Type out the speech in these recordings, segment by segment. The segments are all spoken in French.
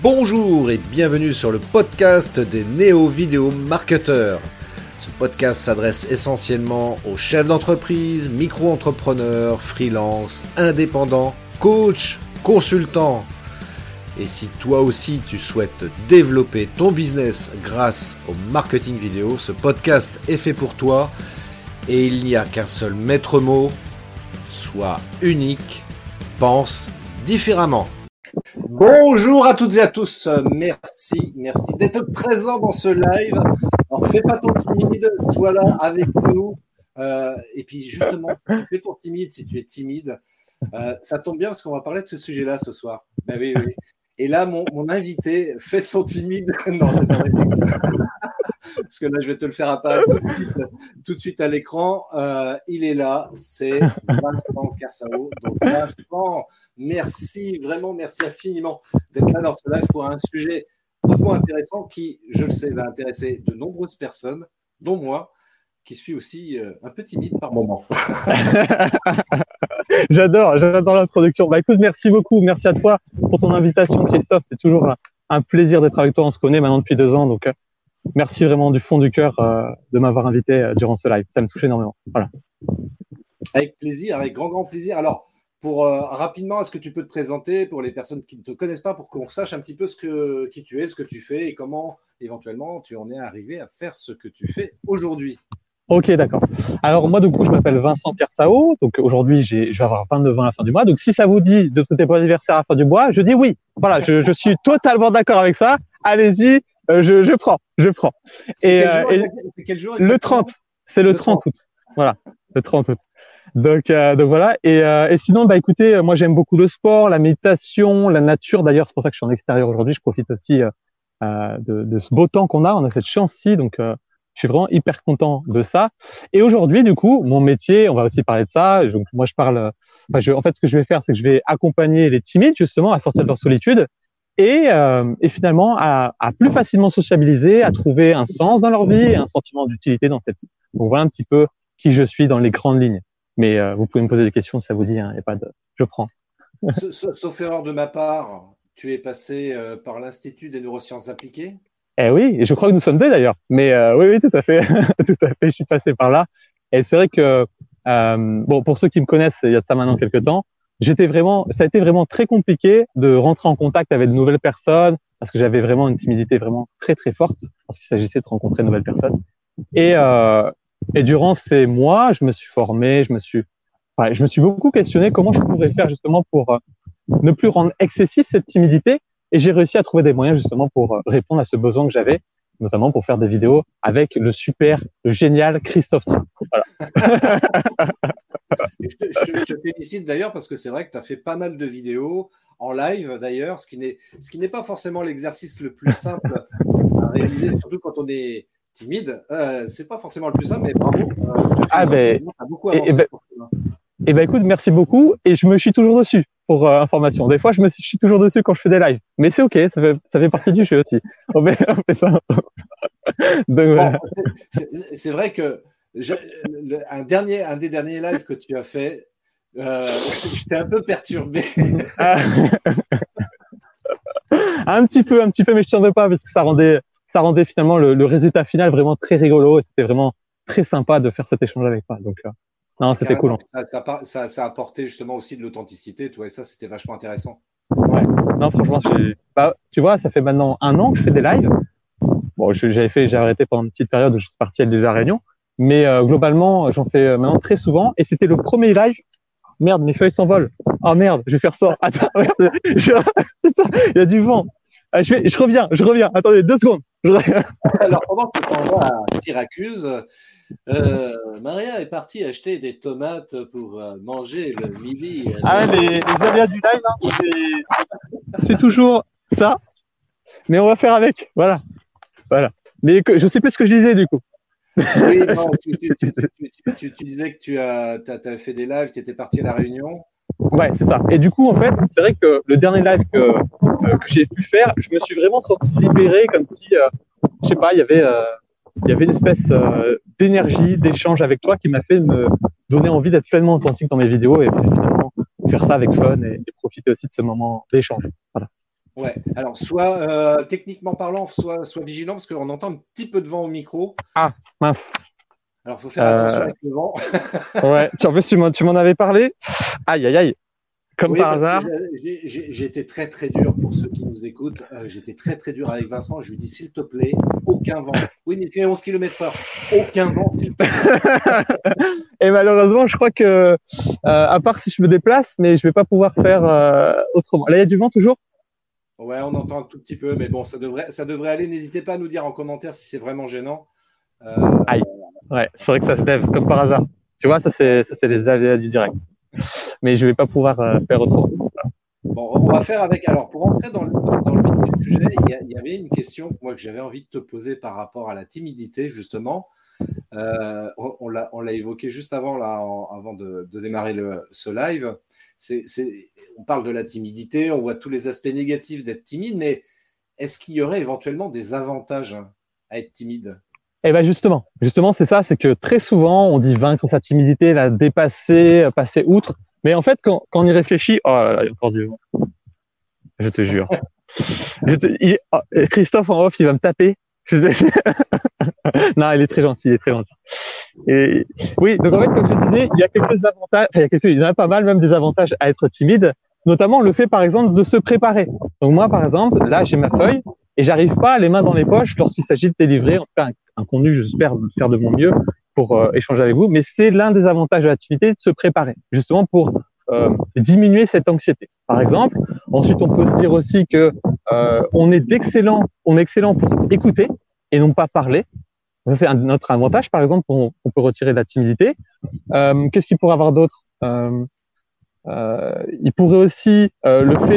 Bonjour et bienvenue sur le podcast des néo-vidéo marketeurs. Ce podcast s'adresse essentiellement aux chefs d'entreprise, micro-entrepreneurs, freelance, indépendants, coachs, consultants. Et si toi aussi tu souhaites développer ton business grâce au marketing vidéo, ce podcast est fait pour toi et il n'y a qu'un seul maître mot, sois unique, pense différemment. Bonjour à toutes et à tous, merci d'être présent dans ce live. Alors fais pas ton timide, sois là avec nous. Et puis justement, si tu fais ton timide, si tu es timide, ça tombe bien parce qu'on va parler de ce sujet-là ce soir. Ben oui. Et là, mon invité fait son timide. Non, c'est pas vrai. Parce que là, je vais te le faire apparaître tout de suite à l'écran. Il est là, c'est Vincent Kersao. Donc Vincent, merci infiniment d'être là dans ce live pour un sujet hautement intéressant qui, je le sais, va intéresser de nombreuses personnes, dont moi, qui suis aussi un peu timide par moment. J'adore l'introduction. Bah écoute, merci beaucoup, merci à toi pour ton invitation, Christophe. C'est toujours un plaisir d'être avec toi. On se connaît maintenant depuis 2 ans, donc merci vraiment du fond du cœur de m'avoir invité durant ce live. Ça me touche énormément. Voilà. Avec plaisir, avec grand plaisir. Alors, pour rapidement, est-ce que tu peux te présenter pour les personnes qui ne te connaissent pas, pour qu'on sache un petit peu qui tu es, ce que tu fais et comment éventuellement tu en es arrivé à faire ce que tu fais aujourd'hui. Ok, d'accord. Alors moi, du coup, je m'appelle Vincent Kersao. Donc aujourd'hui, je vais avoir 29 ans à la fin du mois. Donc si ça vous dit de fêter votre anniversaire à la fin du mois, je dis oui. Voilà, je suis totalement d'accord avec ça. Allez-y, je prends. C'est quel jour Le 30. C'est le 30 août. Voilà, le 30 août. Donc voilà. Et sinon, bah écoutez, moi j'aime beaucoup le sport, la méditation, la nature. D'ailleurs, c'est pour ça que je suis en extérieur aujourd'hui. Je profite aussi de ce beau temps qu'on a. On a cette chance-ci, donc je suis vraiment hyper content de ça. Et aujourd'hui, du coup, mon métier, on va aussi parler de ça. Donc moi, en fait, ce que je vais faire, c'est que je vais accompagner les timides justement à sortir de leur solitude et finalement à plus facilement sociabiliser, à trouver un sens dans leur vie et un sentiment d'utilité dans celle-ci. Donc voilà un petit peu qui je suis dans les grandes lignes. Mais vous pouvez me poser des questions si ça vous dit, hein, y a pas de, je prends. Sauf erreur de ma part, tu es passé par l'Institut des neurosciences appliquées. Eh oui, et je crois que nous sommes 2 d'ailleurs. Mais oui, tout à fait, tout à fait. Je suis passé par là. Et c'est vrai que bon, pour ceux qui me connaissent, il y a de ça maintenant quelques temps, ça a été vraiment très compliqué de rentrer en contact avec de nouvelles personnes parce que j'avais vraiment une timidité vraiment très très forte lorsqu'il s'agissait de rencontrer de nouvelles personnes. Et durant ces mois, je me suis formé, je me suis beaucoup questionné comment je pourrais faire justement pour ne plus rendre excessif cette timidité. Et j'ai réussi à trouver des moyens justement pour répondre à ce besoin que j'avais, notamment pour faire des vidéos avec le génial Christophe Thibaud. Voilà. Je te félicite d'ailleurs parce que c'est vrai que tu as fait pas mal de vidéos en live d'ailleurs, ce qui n'est pas forcément l'exercice le plus simple à réaliser, surtout quand on est timide. C'est pas forcément le plus simple, mais bravo. Tu as beaucoup avancé sur ce chemin. Eh ben écoute, merci beaucoup. Et je me chie toujours dessus pour information. Des fois, je me chie toujours dessus quand je fais des lives. Mais c'est ok, ça fait partie du jeu aussi. On fait ça. Donc, voilà. C'est vrai que un des derniers lives que tu as fait, j'étais un peu perturbé. un petit peu, mais je t'en veux pas parce que ça rendait finalement le résultat final vraiment très rigolo et c'était vraiment très sympa de faire cet échange avec toi. Donc non, c'était cool. Ça a apporté justement aussi de l'authenticité, toi, et ça, c'était vachement intéressant. Ouais. Non, franchement, tu vois, ça fait maintenant 1 an que je fais des lives. Bon, j'ai arrêté pendant une petite période où j'étais parti à La Réunion, mais globalement, j'en fais maintenant très souvent. Et c'était le premier live. Merde, mes feuilles s'envolent. Oh merde, je vais faire ça. Attends, merde, il y a du vent. Je reviens. Attendez, 2 secondes. Alors, pendant que tu t'en vas à Syracuse, Maria est partie acheter des tomates pour manger le midi. Les aléas du live, hein, c'est toujours ça. Mais on va faire avec. Voilà. Mais je sais plus ce que je disais du coup. Oui, non, tu disais que tu as fait des lives, tu étais parti à La Réunion. Ouais, c'est ça. Et du coup, en fait, c'est vrai que le dernier live que j'ai pu faire, je me suis vraiment senti libéré, comme si, je sais pas, il y avait une espèce d'énergie, d'échange avec toi qui m'a fait me donner envie d'être pleinement authentique dans mes vidéos et puis finalement faire ça avec fun et profiter aussi de ce moment d'échange. Voilà. Ouais. Alors, techniquement parlant, soit vigilant parce qu'on entend un petit peu de vent au micro. Ah, mince. Alors, il faut faire attention avec le vent. Ouais, en plus, tu m'en avais parlé. Aïe, aïe, aïe. Comme Oui, par parce que hasard. j'ai été très, très dur pour ceux qui nous écoutent. J'étais très, très dur avec Vincent. Je lui dis, s'il te plaît, aucun vent. Oui, mais il fait 11 km/h. Aucun vent, s'il te plaît. Et malheureusement, je crois que, à part si je me déplace, mais je vais pas pouvoir faire autrement. Là, il y a du vent toujours? Ouais, on entend un tout petit peu, mais bon, ça devrait aller. N'hésitez pas à nous dire en commentaire si c'est vraiment gênant. Aïe. Ouais, c'est vrai que ça se lève comme par hasard. Tu vois, ça c'est les aléas du direct. Mais je vais pas pouvoir faire autrement. Bon, on va faire avec. Alors, pour entrer dans le vif du sujet, il y avait une question moi, que j'avais envie de te poser par rapport à la timidité, justement. On l'a évoqué juste avant, là, avant de démarrer ce live. On parle de la timidité, on voit tous les aspects négatifs d'être timide, mais est-ce qu'il y aurait éventuellement des avantages à être timide? Et ben justement, c'est ça, c'est que très souvent, on dit vaincre sa timidité, la dépasser, passer outre. Mais en fait, quand on y réfléchit, oh là là, il y a encore du vent. Je te jure. Christophe en off, il va me taper. Non, il est très gentil, il est très gentil. Et oui, donc en fait, comme je disais, il y a quelques avantages, enfin, il y en a pas mal même des avantages à être timide, notamment le fait, par exemple, de se préparer. Donc moi, par exemple, là, j'ai ma feuille et j'arrive pas les mains dans les poches lorsqu'il s'agit de délivrer, en tout cas, un contenu, j'espère faire de mon mieux pour échanger avec vous. Mais c'est l'un des avantages de la timidité de se préparer, justement pour diminuer cette anxiété. Par exemple, ensuite, on peut se dire aussi que on est excellent pour écouter et non pas parler. Ça, c'est notre avantage, par exemple, qu'on peut retirer de la timidité. Qu'est-ce qu'il pourrait avoir d'autre il pourrait aussi le fait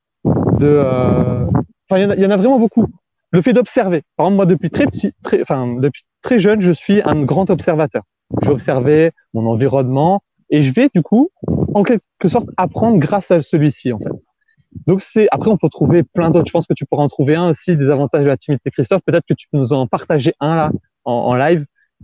enfin, il y en a vraiment beaucoup. Le fait d'observer. Par exemple, moi, depuis depuis très jeune, je suis un grand observateur. Je vais observer mon environnement et je vais, du coup, en quelque sorte, apprendre grâce à celui-ci, en fait. Donc, après, on peut trouver plein d'autres. Je pense que tu pourras en trouver un aussi, des avantages de la timidité, Christophe. Peut-être que tu peux nous en partager un, là, en live,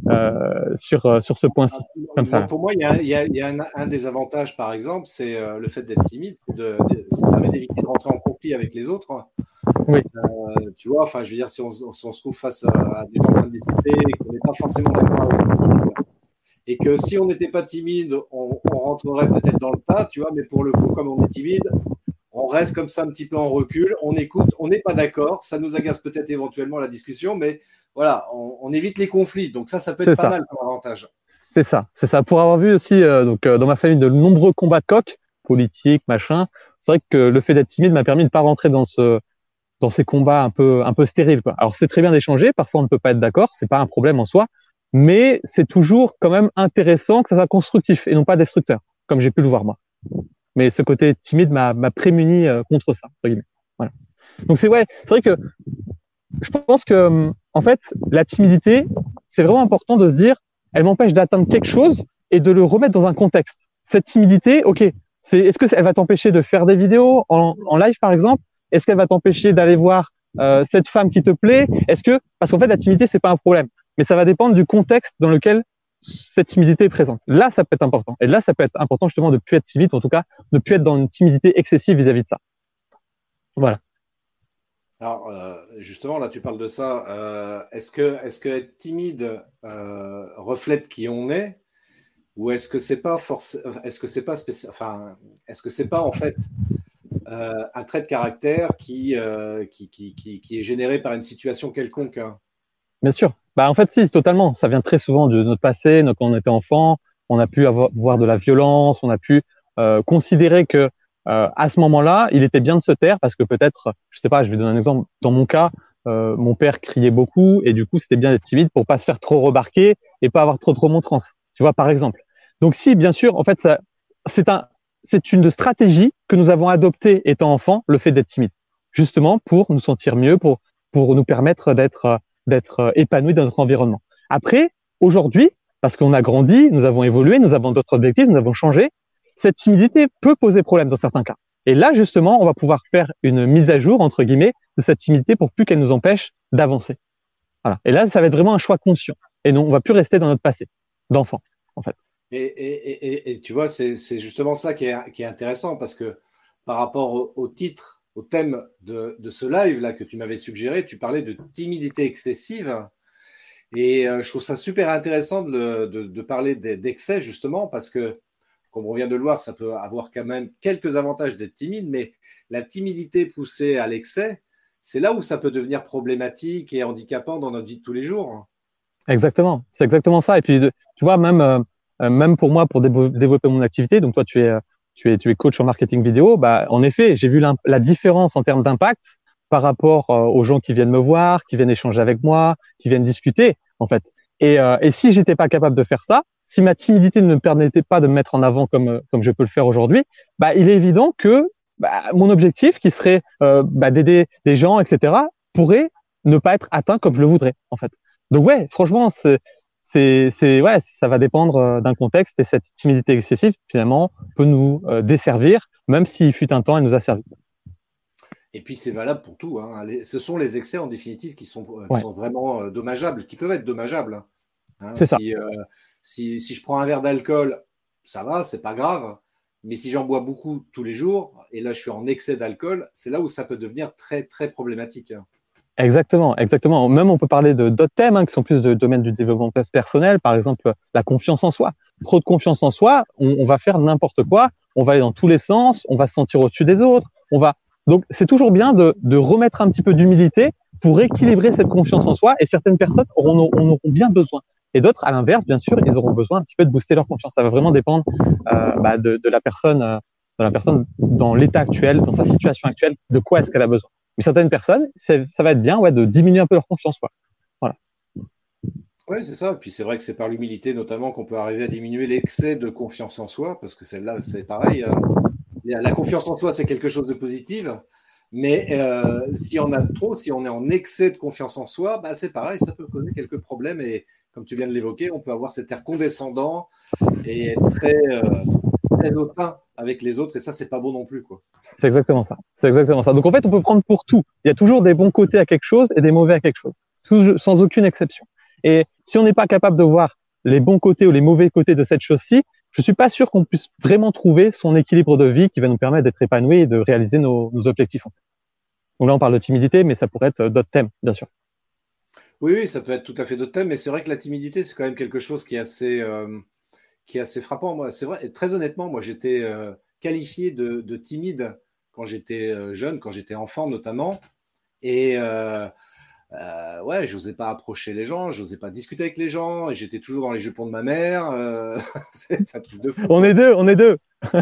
sur ce point-ci. Comme ça, Moi, là. pour moi, il y a un des avantages, par exemple, c'est le fait d'être timide, ça permet d'éviter de rentrer en conflit avec les autres. Oui. Tu vois, enfin, je veux dire, si on se trouve face à des gens en train de discuter et qu'on n'est pas forcément d'accord avec ce qu'ils disent, et que si on n'était pas timide, on rentrerait peut-être dans le tas, tu vois, mais pour le coup, comme on est timide, on reste comme ça un petit peu en recul, on écoute, on n'est pas d'accord, ça nous agace peut-être éventuellement la discussion, mais voilà, on évite les conflits. Donc ça peut être C'est pas ça. mal comme avantage. C'est ça, c'est ça. Pour avoir vu aussi dans ma famille de nombreux combats de coq, politiques, machin, c'est vrai que le fait d'être timide m'a permis de pas rentrer dans ces combats un peu stériles, quoi. Alors c'est très bien d'échanger, parfois on ne peut pas être d'accord, c'est pas un problème en soi, mais c'est toujours quand même intéressant que ça soit constructif et non pas destructeur, comme j'ai pu le voir moi. Mais ce côté timide m'a prémuni contre ça, entre guillemets. Voilà. Donc c'est vrai que je pense que en fait la timidité, c'est vraiment important de se dire, elle m'empêche d'atteindre quelque chose et de le remettre dans un contexte. Cette timidité, ok, est-ce que elle va t'empêcher de faire des vidéos en live par exemple? Est-ce qu'elle va t'empêcher d'aller voir cette femme qui te plaît? Parce qu'en fait la timidité c'est pas un problème, mais ça va dépendre du contexte dans lequel cette timidité est présente. Là ça peut être important et là ça peut être important justement de plus être timide, en tout cas de plus être dans une timidité excessive vis-à-vis de ça. Voilà. Alors, justement, là, tu parles de ça. Est-ce que être timide reflète qui on est, ou est-ce que c'est pas est-ce que c'est pas enfin, est-ce que c'est pas en fait un trait de caractère qui est généré par une situation quelconque, hein? Bien sûr. Bah, en fait, si, totalement. Ça vient très souvent de notre passé. Quand on était enfant, on a pu voir de la violence, on a pu considérer que à ce moment-là, il était bien de se taire parce que peut-être, je sais pas, je vais donner un exemple. Dans mon cas, mon père criait beaucoup et du coup, c'était bien d'être timide pour pas se faire trop remarquer et pas avoir trop de remontrances. Tu vois, par exemple. Donc, si, bien sûr, en fait, c'est c'est une stratégie que nous avons adoptée étant enfant, le fait d'être timide, justement pour nous sentir mieux, pour nous permettre d'être épanoui dans notre environnement. Après, aujourd'hui, parce qu'on a grandi, nous avons évolué, nous avons d'autres objectifs, nous avons changé, cette timidité peut poser problème dans certains cas. Et là, justement, on va pouvoir faire une mise à jour, entre guillemets, de cette timidité pour plus qu'elle nous empêche d'avancer. Voilà. Et là, ça va être vraiment un choix conscient. Et non, on va plus rester dans notre passé d'enfant, en fait. Et tu vois, c'est justement ça qui est intéressant parce que par rapport au titre au thème de ce live-là que tu m'avais suggéré. Tu parlais de timidité excessive. Et je trouve ça super intéressant de parler d'excès, justement, parce que, comme on vient de le voir, ça peut avoir quand même quelques avantages d'être timide, mais la timidité poussée à l'excès, c'est là où ça peut devenir problématique et handicapant dans notre vie de tous les jours. Exactement, c'est exactement ça. Et puis, tu vois, même pour moi, pour développer mon activité, donc toi, tu es coach en marketing vidéo, bah, en effet, j'ai vu la différence en termes d'impact par rapport aux gens qui viennent me voir, qui viennent échanger avec moi, qui viennent discuter, en fait. Et si j'étais pas capable de faire ça, si ma timidité ne me permettait pas de me mettre en avant comme je peux le faire aujourd'hui, bah, il est évident que mon objectif, qui serait d'aider des gens, etc., pourrait ne pas être atteint comme je le voudrais, en fait. Donc ouais, franchement, ouais, ça va dépendre d'un contexte, et cette timidité excessive, finalement, peut nous desservir, même s'il fut un temps, elle nous a servi. Et puis, c'est valable pour tout, hein. Ce sont les excès, en définitive, qui sont Ouais, vraiment dommageables, qui peuvent être dommageables, hein. c'est ça. Si je prends un verre d'alcool, ça va, c'est pas grave. Mais si j'en bois beaucoup tous les jours, et là, je suis en excès d'alcool, c'est là où ça peut devenir très, très problématique, hein. Exactement, exactement. Même on peut parler de d'autres thèmes qui sont plus de domaine du développement personnel, par exemple la confiance en soi. Trop de confiance en soi, on va faire n'importe quoi, on va aller dans tous les sens, on va se sentir au-dessus des autres, on va. Donc c'est toujours bien de remettre un petit peu d'humilité pour équilibrer cette confiance en soi. Et certaines personnes en auront bien besoin. Et d'autres, à l'inverse, bien sûr, ils auront besoin un petit peu de booster leur confiance. Ça va vraiment dépendre de la personne dans l'état actuel, dans sa situation actuelle, de quoi est-ce qu'elle a besoin. Mais certaines personnes, ça va être bien, ouais, de diminuer un peu leur confiance, quoi. Voilà. Oui, c'est ça. Et puis c'est vrai que c'est par l'humilité notamment qu'on peut arriver à diminuer l'excès de confiance en soi, parce que celle-là, c'est pareil, hein. La confiance en soi, c'est quelque chose de positif, mais si on a trop, si on est en excès de confiance en soi, bah, c'est pareil, ça peut causer quelques problèmes. Et comme tu viens de l'évoquer, on peut avoir cet air condescendant et être très hautain avec les autres, et ça, c'est pas bon non plus, quoi. C'est exactement ça. C'est exactement ça. Donc en fait, on peut prendre pour tout. Il y a toujours des bons côtés à quelque chose et des mauvais à quelque chose, sans aucune exception. Et si on n'est pas capable de voir les bons côtés ou les mauvais côtés de cette chose-ci, je suis pas sûr qu'on puisse vraiment trouver son équilibre de vie qui va nous permettre d'être épanoui et de réaliser nos objectifs. Donc là, on parle de timidité, mais ça pourrait être d'autres thèmes, bien sûr. Oui, oui, ça peut être tout à fait d'autres thèmes, mais c'est vrai que la timidité, c'est quand même quelque chose qui est assez frappant. Moi, c'est vrai, et très honnêtement, moi, j'étais qualifié de timide quand j'étais jeune, quand j'étais enfant notamment. Et ouais, j'osais pas approcher les gens, j'osais pas discuter avec les gens, et j'étais toujours dans les jupons de ma mère. C'est un truc de fou, On quoi. est deux, on est deux.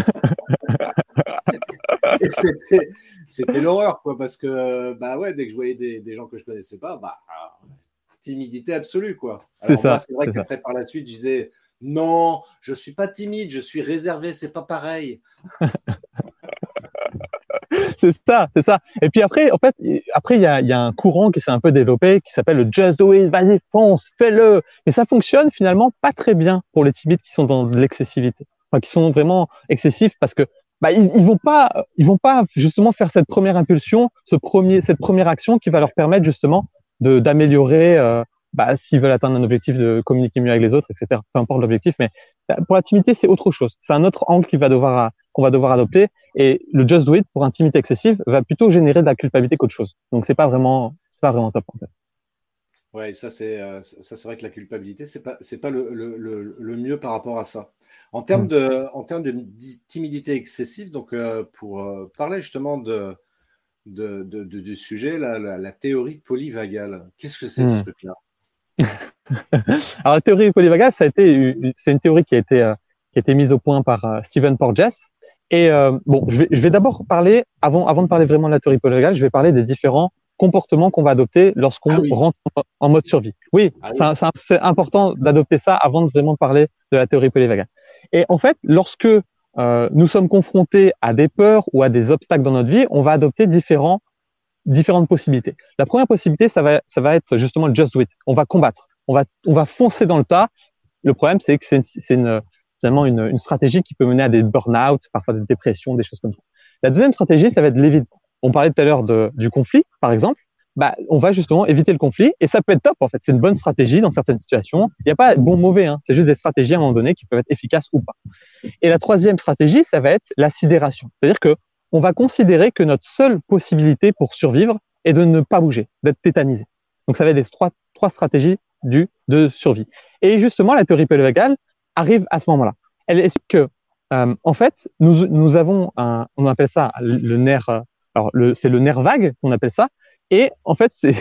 Et c'était l'horreur, quoi, parce que bah ouais, dès que je voyais des gens que je connaissais pas, bah timidité absolue, quoi. C'est Alors moi, ça, c'est vrai c'est ça. qu'après par la suite, je disais non, je suis pas timide, je suis réservé, c'est pas pareil. C'est ça, c'est ça. Et puis après, en fait, après il y a un courant qui s'est un peu développé qui s'appelle le just do it, vas-y, fonce, fais-le. Mais ça fonctionne finalement pas très bien pour les timides qui sont dans de l'excessivité, enfin qui sont vraiment excessifs parce que ils vont pas justement faire cette première impulsion, cette première action qui va leur permettre justement d'améliorer, s'ils veulent atteindre un objectif, de communiquer mieux avec les autres, etc. Peu importe l'objectif, mais pour la timidité, c'est autre chose. C'est un autre angle qu'on va devoir adopter. Et le just do it pour une timidité excessive va plutôt générer de la culpabilité qu'autre chose. Donc c'est pas vraiment top en fait. Ouais, ça c'est vrai que la culpabilité, c'est pas le mieux par rapport à ça. Mm. En termes de timidité excessive, donc pour parler justement du sujet, la théorie polyvagale. Qu'est-ce que c'est ce Mm. truc-là? Alors la théorie polyvagale, c'est une théorie qui a été mise au point par Stephen Porges. Et bon, je vais d'abord parler, avant de parler vraiment de la théorie polyvagale, je vais parler des différents comportements qu'on va adopter Ah lorsqu'on oui, rentre en mode survie. Oui, ah oui. c'est important d'adopter ça avant de vraiment parler de la théorie polyvagale. Et en fait, lorsque nous sommes confrontés à des peurs ou à des obstacles dans notre vie, on va adopter différentes possibilités. La première possibilité, ça va être justement le just do it. On va combattre. On va foncer dans le tas. Le problème, c'est que finalement une stratégie qui peut mener à des burn-out, parfois des dépressions, des choses comme ça. La deuxième stratégie, ça va être l'évitement. On parlait tout à l'heure du conflit, par exemple. On va justement éviter le conflit et ça peut être top, en fait. C'est une bonne stratégie dans certaines situations. Il n'y a pas bon, mauvais, hein. C'est juste des stratégies à un moment donné qui peuvent être efficaces ou pas. Et la troisième stratégie, ça va être la sidération. C'est-à-dire que on va considérer que notre seule possibilité pour survivre est de ne pas bouger, d'être tétanisé. Donc, ça va être les trois stratégies de survie. Et justement, la théorie polyvagale arrive à ce moment-là. Elle explique que, en fait, nous avons on appelle ça le nerf, c'est le nerf vague, on appelle ça. Et en fait, c'est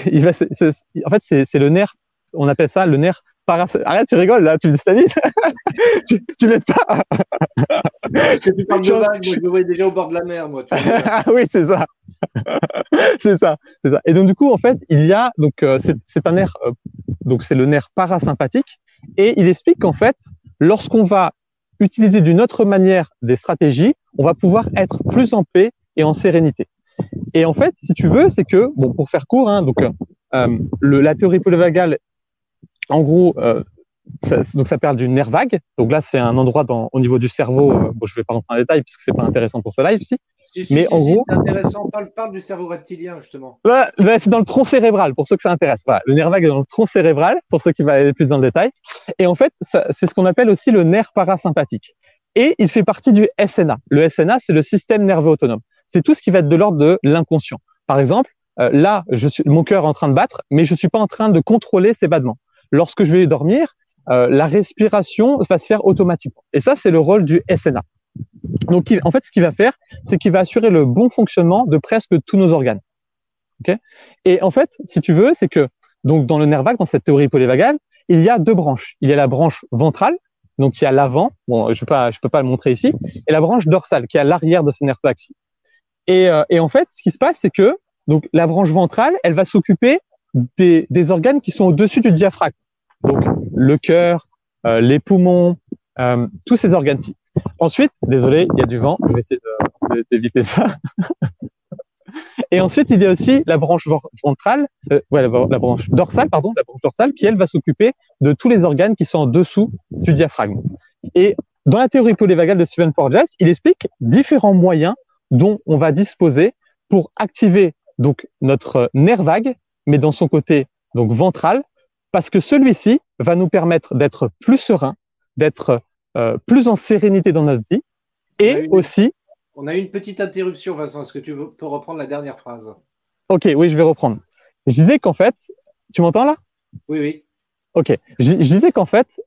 le nerf, on appelle ça le nerf Arrête, tu rigoles là, tu me stabilises. tu mets pas. Parce que tu parles de vague, moi je me voyais déjà au bord de la mer, moi. Oui, c'est ça. c'est ça. Et donc du coup, en fait, il y a c'est un nerf, donc c'est le nerf parasympathique, et il explique qu'en fait, lorsqu'on va utiliser d'une autre manière des stratégies, on va pouvoir être plus en paix et en sérénité. Et en fait, si tu veux, c'est que, bon, pour faire court, la théorie polyvagale, en gros, ça parle du nerf vague. Donc là, c'est un endroit au niveau du cerveau. Bon, je vais pas rentrer en détail puisque c'est pas intéressant pour ce live, mais en gros, c'est intéressant. Parle du cerveau reptilien justement. C'est dans le tronc cérebral pour ceux que ça intéresse. Voilà, le nerf vague est dans le tronc cérébral pour ceux qui vont aller plus dans le détail. Et en fait, c'est ce qu'on appelle aussi le nerf parasympathique. Et il fait partie du SNA. Le SNA, c'est le système nerveux autonome. C'est tout ce qui va être de l'ordre de l'inconscient. Par exemple, là, mon cœur est en train de battre, mais je suis pas en train de contrôler ses battements. Lorsque je vais dormir, la respiration va se faire automatiquement. Et ça, c'est le rôle du SNA. Donc, en fait, ce qu'il va faire, c'est qu'il va assurer le bon fonctionnement de presque tous nos organes. Okay. Et en fait, si tu veux, c'est que donc dans le nerf vague, dans cette théorie polyvagale, il y a deux branches. Il y a la branche ventrale, donc il y a l'avant. Bon, je peux pas le montrer ici, et la branche dorsale, qui est à l'arrière de ce nerf vague-ci. Et en fait, ce qui se passe, c'est que donc la branche ventrale, elle va s'occuper des organes qui sont au-dessus du diaphragme. Donc, le cœur, les poumons, tous ces organes-ci. Ensuite, désolé, il y a du vent, je vais essayer d'éviter ça. Et ensuite, il y a aussi la branche ventrale, la branche dorsale, qui, elle, va s'occuper de tous les organes qui sont en dessous du diaphragme. Et dans la théorie polyvagale de Stephen Porges, il explique différents moyens dont on va disposer pour activer donc notre nerf vague, mais dans son côté donc ventral, parce que celui-ci va nous permettre d'être plus serein, d'être plus en sérénité dans notre vie, et aussi... On a eu une petite interruption, Vincent. Est-ce que tu peux reprendre la dernière phrase? Ok, oui, je vais reprendre. Je disais qu'en fait... Tu m'entends là? Oui, oui. Ok. Je disais qu'en fait,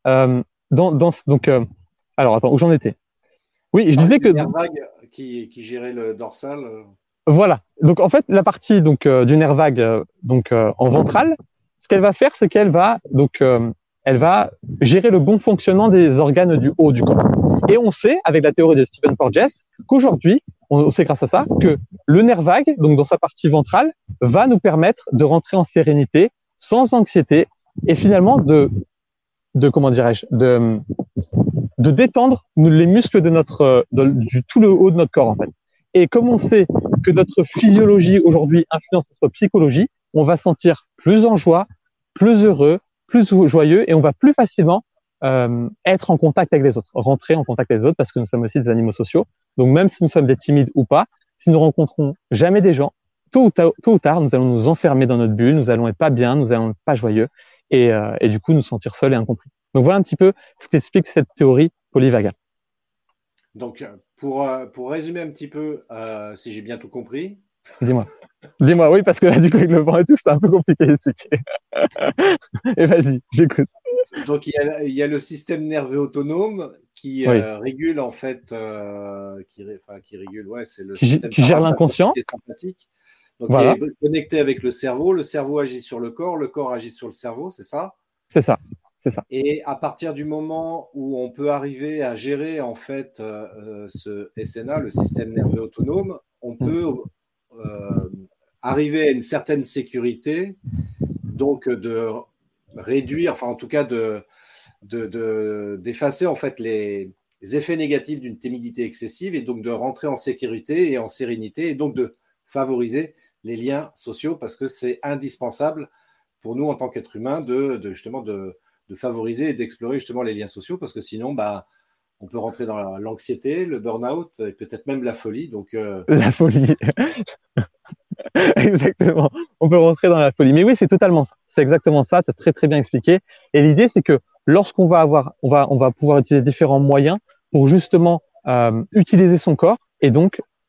alors, attends, où j'en étais? Oui, je disais que... Le nerf vague qui gérait le dorsal. Voilà. Donc, en fait, la partie du nerf vague en ventral, ce qu'elle va faire, c'est qu'elle va elle va gérer le bon fonctionnement des organes du haut du corps. Et on sait, avec la théorie de Stephen Porges, qu'aujourd'hui, on sait grâce à ça que le nerf vague, donc dans sa partie ventrale, va nous permettre de rentrer en sérénité, sans anxiété, et finalement de détendre les muscles du tout le haut de notre corps, en fait. Et comme on sait que notre physiologie aujourd'hui influence notre psychologie, on va sentir plus en joie, plus heureux, plus joyeux, et on va plus facilement être en contact avec les autres, rentrer en contact avec les autres, parce que nous sommes aussi des animaux sociaux. Donc même si nous sommes des timides ou pas, si nous rencontrons jamais des gens, tôt ou tard, nous allons nous enfermer dans notre bulle, nous allons être pas bien, nous allons être pas joyeux, et du coup nous sentir seuls et incompris. Donc voilà un petit peu ce qu'explique cette théorie polyvagale. Donc pour résumer un petit peu, si j'ai bien tout compris. Dis-moi, oui, parce que là, du coup, avec le vent et tout, c'est un peu compliqué à expliquer. Et vas-y, j'écoute. Donc, il y a le système nerveux autonome qui régule, en fait, qui régule, c'est le système qui gère l'inconscient. Et sympathique. Donc, voilà. Il est connecté avec le cerveau agit sur le corps agit sur le cerveau, c'est ça? C'est ça. Et à partir du moment où on peut arriver à gérer, en fait, ce SNA, le système nerveux autonome, on peut arriver à une certaine sécurité, donc de réduire, enfin en tout cas d'effacer en fait les effets négatifs d'une timidité excessive, et donc de rentrer en sécurité et en sérénité, et donc de favoriser les liens sociaux, parce que c'est indispensable pour nous en tant qu'êtres humains justement de favoriser et d'explorer justement les liens sociaux, parce que sinon on peut rentrer dans l'anxiété, le burn-out et peut-être même la folie. Donc la folie. Exactement. On peut rentrer dans la folie. Mais oui, c'est totalement ça. C'est exactement ça. Tu as très, très bien expliqué. Et l'idée, c'est que lorsqu'on va pouvoir utiliser différents moyens pour justement utiliser son corps et donc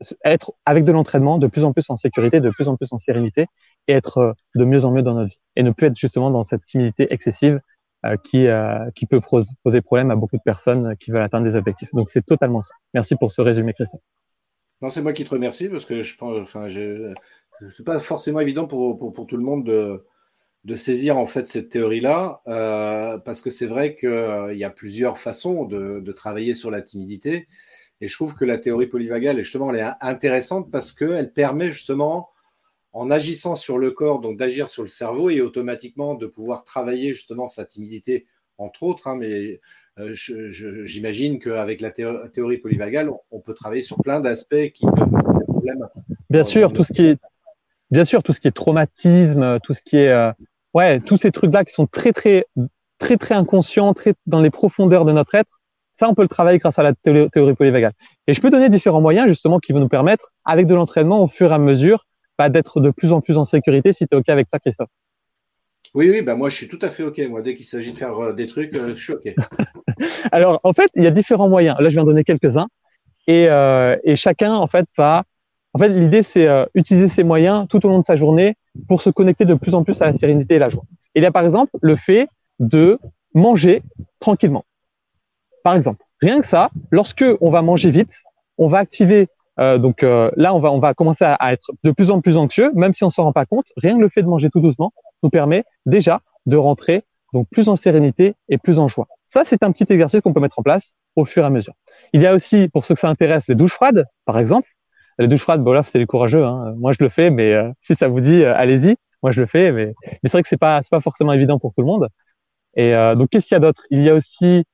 être avec de l'entraînement de plus en plus en sécurité, de plus en plus en sérénité et être de mieux en mieux dans notre vie et ne plus être justement dans cette timidité excessive qui peut poser problème à beaucoup de personnes qui veulent atteindre des objectifs. Donc c'est totalement ça. Merci pour ce résumé, Christophe. Non, c'est moi qui te remercie parce que je pense, enfin, c'est pas forcément évident pour tout le monde de saisir en fait cette théorie-là, parce que c'est vrai qu'il y a plusieurs façons de travailler sur la timidité. Et je trouve que la théorie polyvagale, justement, elle est intéressante parce qu'elle permet justement, en agissant sur le corps, donc d'agir sur le cerveau et automatiquement de pouvoir travailler justement sa timidité, entre autres. Hein, mais j'imagine qu'avec la théorie polyvagale, on peut travailler sur plein d'aspects qui peuvent poser des problèmes. Bien sûr, tout ce qui est traumatisme, tout ce qui est tous ces trucs-là qui sont très inconscients, très dans les profondeurs de notre être, ça on peut le travailler grâce à la théorie polyvagale. Et je peux donner différents moyens justement qui vont nous permettre, avec de l'entraînement au fur et à mesure, d'être de plus en plus en sécurité. Si tu es OK avec ça, Christophe. Oui, bah moi je suis tout à fait OK. Moi, dès qu'il s'agit de faire des trucs, je suis OK. Alors en fait, il y a différents moyens. Là, je vais en donner quelques-uns. Et chacun en fait l'idée c'est utiliser ces moyens tout au long de sa journée pour se connecter de plus en plus à la sérénité et la joie. Il y a par exemple le fait de manger tranquillement. Par exemple, rien que ça, lorsque on va manger vite, on va activer là on va commencer à être de plus en plus anxieux, même si on s'en rend pas compte. Rien que le fait de manger tout doucement nous permet déjà de rentrer donc plus en sérénité et plus en joie. Ça, c'est un petit exercice qu'on peut mettre en place au fur et à mesure. Il y a aussi, pour ceux que ça intéresse, les douches froides, par exemple. Les douches froides, bon là, c'est les courageux. Hein. Moi, je le fais, mais si ça vous dit, allez-y. Moi, je le fais, mais c'est vrai que c'est pas forcément évident pour tout le monde. Et donc, qu'est-ce qu'il y a d'autre? Il y a aussi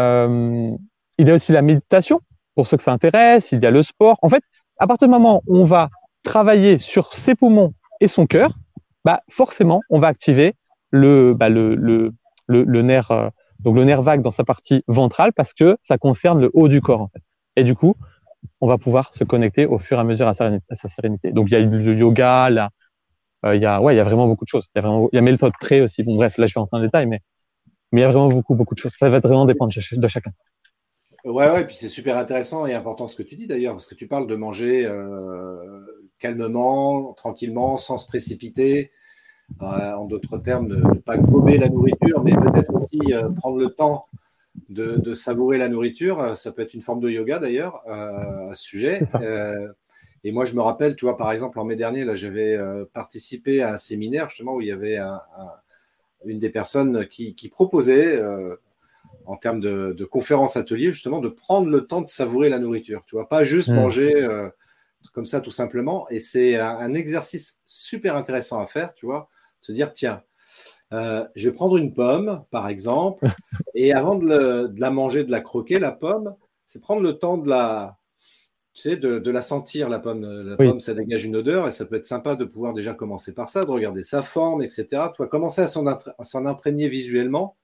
la méditation, pour ceux que ça intéresse. Il y a le sport. En fait, à partir du moment où on va travailler sur ses poumons et son cœur, forcément, on va activer le nerf, donc le nerf vague dans sa partie ventrale parce que ça concerne le haut du corps, en fait. Et du coup, on va pouvoir se connecter au fur et à mesure à sa sérénité. Donc, il y a le yoga, il y a vraiment beaucoup de choses. Il y a méthode Tré aussi. Bon, bref, là, je vais rentrer en détail, mais il y a vraiment beaucoup de choses. Ça va vraiment dépendre de chacun. Ouais, puis c'est super intéressant et important ce que tu dis d'ailleurs, parce que tu parles de manger calmement, tranquillement, sans se précipiter. En d'autres termes, de ne pas gober la nourriture, mais peut-être aussi prendre le temps de savourer la nourriture. Ça peut être une forme de yoga d'ailleurs à ce sujet. Et moi, je me rappelle, tu vois, par exemple, en mai dernier, là, j'avais participé à un séminaire justement où il y avait une des personnes qui proposait, en termes de conférences ateliers, justement, de prendre le temps de savourer la nourriture. Tu vois, pas juste manger comme ça tout simplement. Et c'est un exercice super intéressant à faire, tu vois, se dire, tiens, je vais prendre une pomme, par exemple, et avant de la manger, de la croquer, la pomme, c'est prendre le temps de la sentir, la pomme. La pomme, ça dégage une odeur et ça peut être sympa de pouvoir déjà commencer par ça, de regarder sa forme, etc. Tu vas commencer à s'en imprégner visuellement.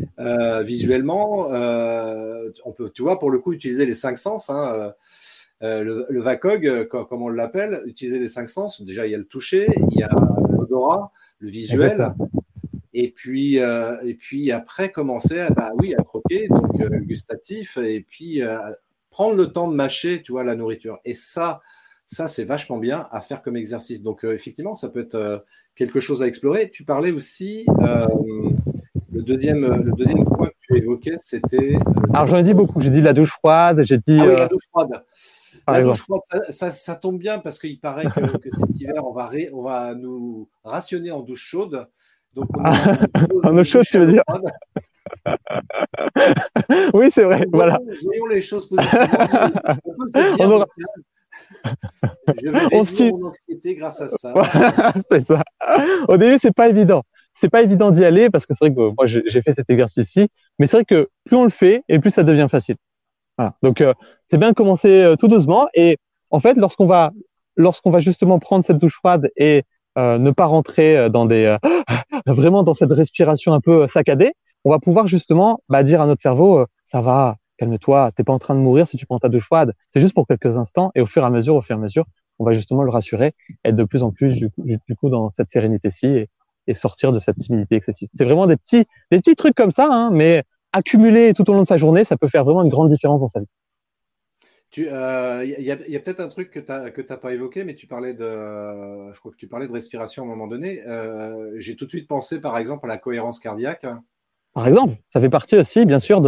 On peut, tu vois, pour le coup, utiliser les 5 sens. Hein, le VACOG, comme on l'appelle, utiliser les 5 sens. Déjà, il y a le toucher, il y a l'odorat, le visuel. Et puis après, commencer à croquer, donc gustatif, et puis prendre le temps de mâcher, tu vois, la nourriture. Et ça c'est vachement bien à faire comme exercice. Donc, effectivement, ça peut être quelque chose à explorer. Tu parlais aussi, le deuxième point que tu évoquais, c'était… Alors, j'en ai dit beaucoup. J'ai dit la douche froide, j'ai dit… la douche froide. La douche froide, ça tombe bien parce qu'il paraît que cet hiver, on va nous rationner en douche chaude. Donc, en eau chaude, tu veux dire? Oui, c'est vrai. Voilà. Voyons les choses positivement. On peut se dire, je vais réduire mon anxiété grâce à ça. C'est ça. Au début, c'est pas évident. C'est pas évident d'y aller parce que c'est vrai que moi, j'ai fait cet exercice-ci. Mais c'est vrai que plus on le fait et plus ça devient facile. Voilà. Donc, c'est bien de commencer tout doucement. Et en fait, lorsqu'on va justement prendre cette douche froide et ne pas rentrer vraiment dans cette respiration un peu saccadée, on va pouvoir justement dire à notre cerveau, ça va, calme-toi, t'es pas en train de mourir si tu prends ta douche froide. C'est juste pour quelques instants et au fur et à mesure, on va justement le rassurer, être de plus en plus du coup dans cette sérénité-ci et sortir de cette timidité excessive. C'est vraiment des petits trucs comme ça, hein, mais accumulés tout au long de sa journée, ça peut faire vraiment une grande différence dans sa vie. Il y a peut-être un truc que t'as pas évoqué, mais je crois que tu parlais de respiration à un moment donné. J'ai tout de suite pensé, par exemple, à la cohérence cardiaque. Par exemple, ça fait partie aussi, bien sûr,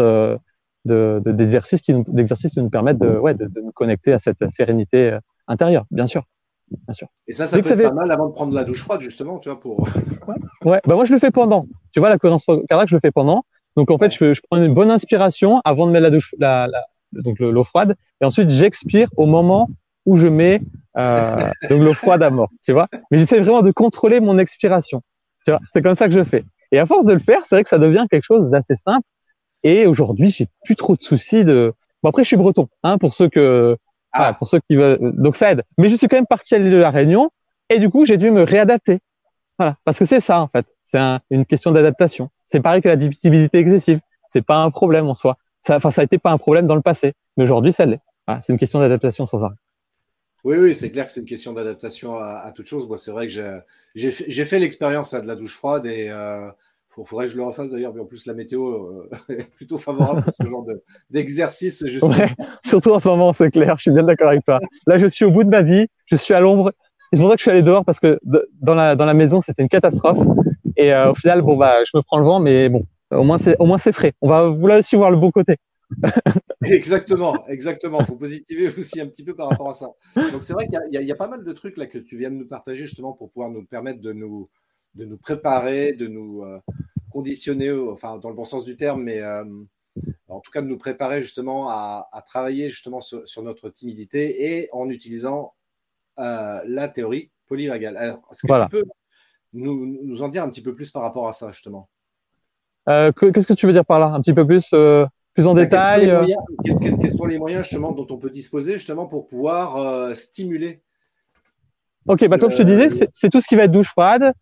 d'exercices qui nous permettent de nous connecter à cette sérénité intérieure, bien sûr, bien sûr. Et ça Dès que peut ça être fait, pas mal avant de prendre la douche froide, justement, tu vois, pour. ouais, bah moi je le fais pendant. Tu vois, la cohérence cardiaque, je le fais pendant. Donc en fait, Ouais. je prends une bonne inspiration avant de mettre la douche, donc l'eau froide, et ensuite j'expire au moment où je mets donc l'eau froide à mort. Tu vois, mais j'essaie vraiment de contrôler mon expiration. Tu vois, c'est comme ça que je fais. Et à force de le faire, c'est vrai que ça devient quelque chose d'assez simple. Et aujourd'hui, j'ai plus trop de soucis de. Bon après, je suis breton, hein, voilà, Ah, pour ceux qui veulent. Donc ça aide. Mais je suis quand même parti à l'île de la Réunion, et du coup, j'ai dû me réadapter. Voilà, parce que c'est ça en fait. C'est une question d'adaptation. C'est pareil que la timidité excessive. C'est pas un problème en soi. Enfin, ça a été pas un problème dans le passé, mais aujourd'hui, ça l'est. Voilà, c'est une question d'adaptation sans arrêt. oui, oui, c'est clair que c'est une question d'adaptation à toute chose. Moi, c'est vrai que j'ai fait l'expérience de la douche froide et faudrait que je le refasse d'ailleurs. Mais en plus, la météo est plutôt favorable pour ce genre d'exercice, Ouais, justement. surtout en ce moment, c'est clair. Je suis bien d'accord avec toi. Là, je suis au bout de ma vie. Je suis à l'ombre. Et c'est pour ça que je suis allé dehors parce que dans la maison, c'était une catastrophe. Et au final, bon bah, je me prends le vent, mais bon, au moins c'est frais. On va là aussi voir le bon côté. Exactement, exactement. Il faut positiver aussi un petit peu par rapport à ça. Donc, c'est vrai qu'il y a pas mal de trucs là que tu viens de nous partager justement pour pouvoir nous permettre de nous préparer, de nous conditionner, enfin, dans le bon sens du terme, mais en tout cas de nous préparer justement à travailler justement sur notre timidité et en utilisant la théorie polyvagale. Alors, est-ce que tu Voilà. peux nous en dire un petit peu plus par rapport à ça justement? Qu'est-ce que tu veux dire par là? Un petit peu plus en Ben, quels sont les détail? moyens, quels sont les moyens justement dont on peut disposer justement pour pouvoir stimuler Ok, bah comme je te disais, le. c'est tout ce qui va être douche froide.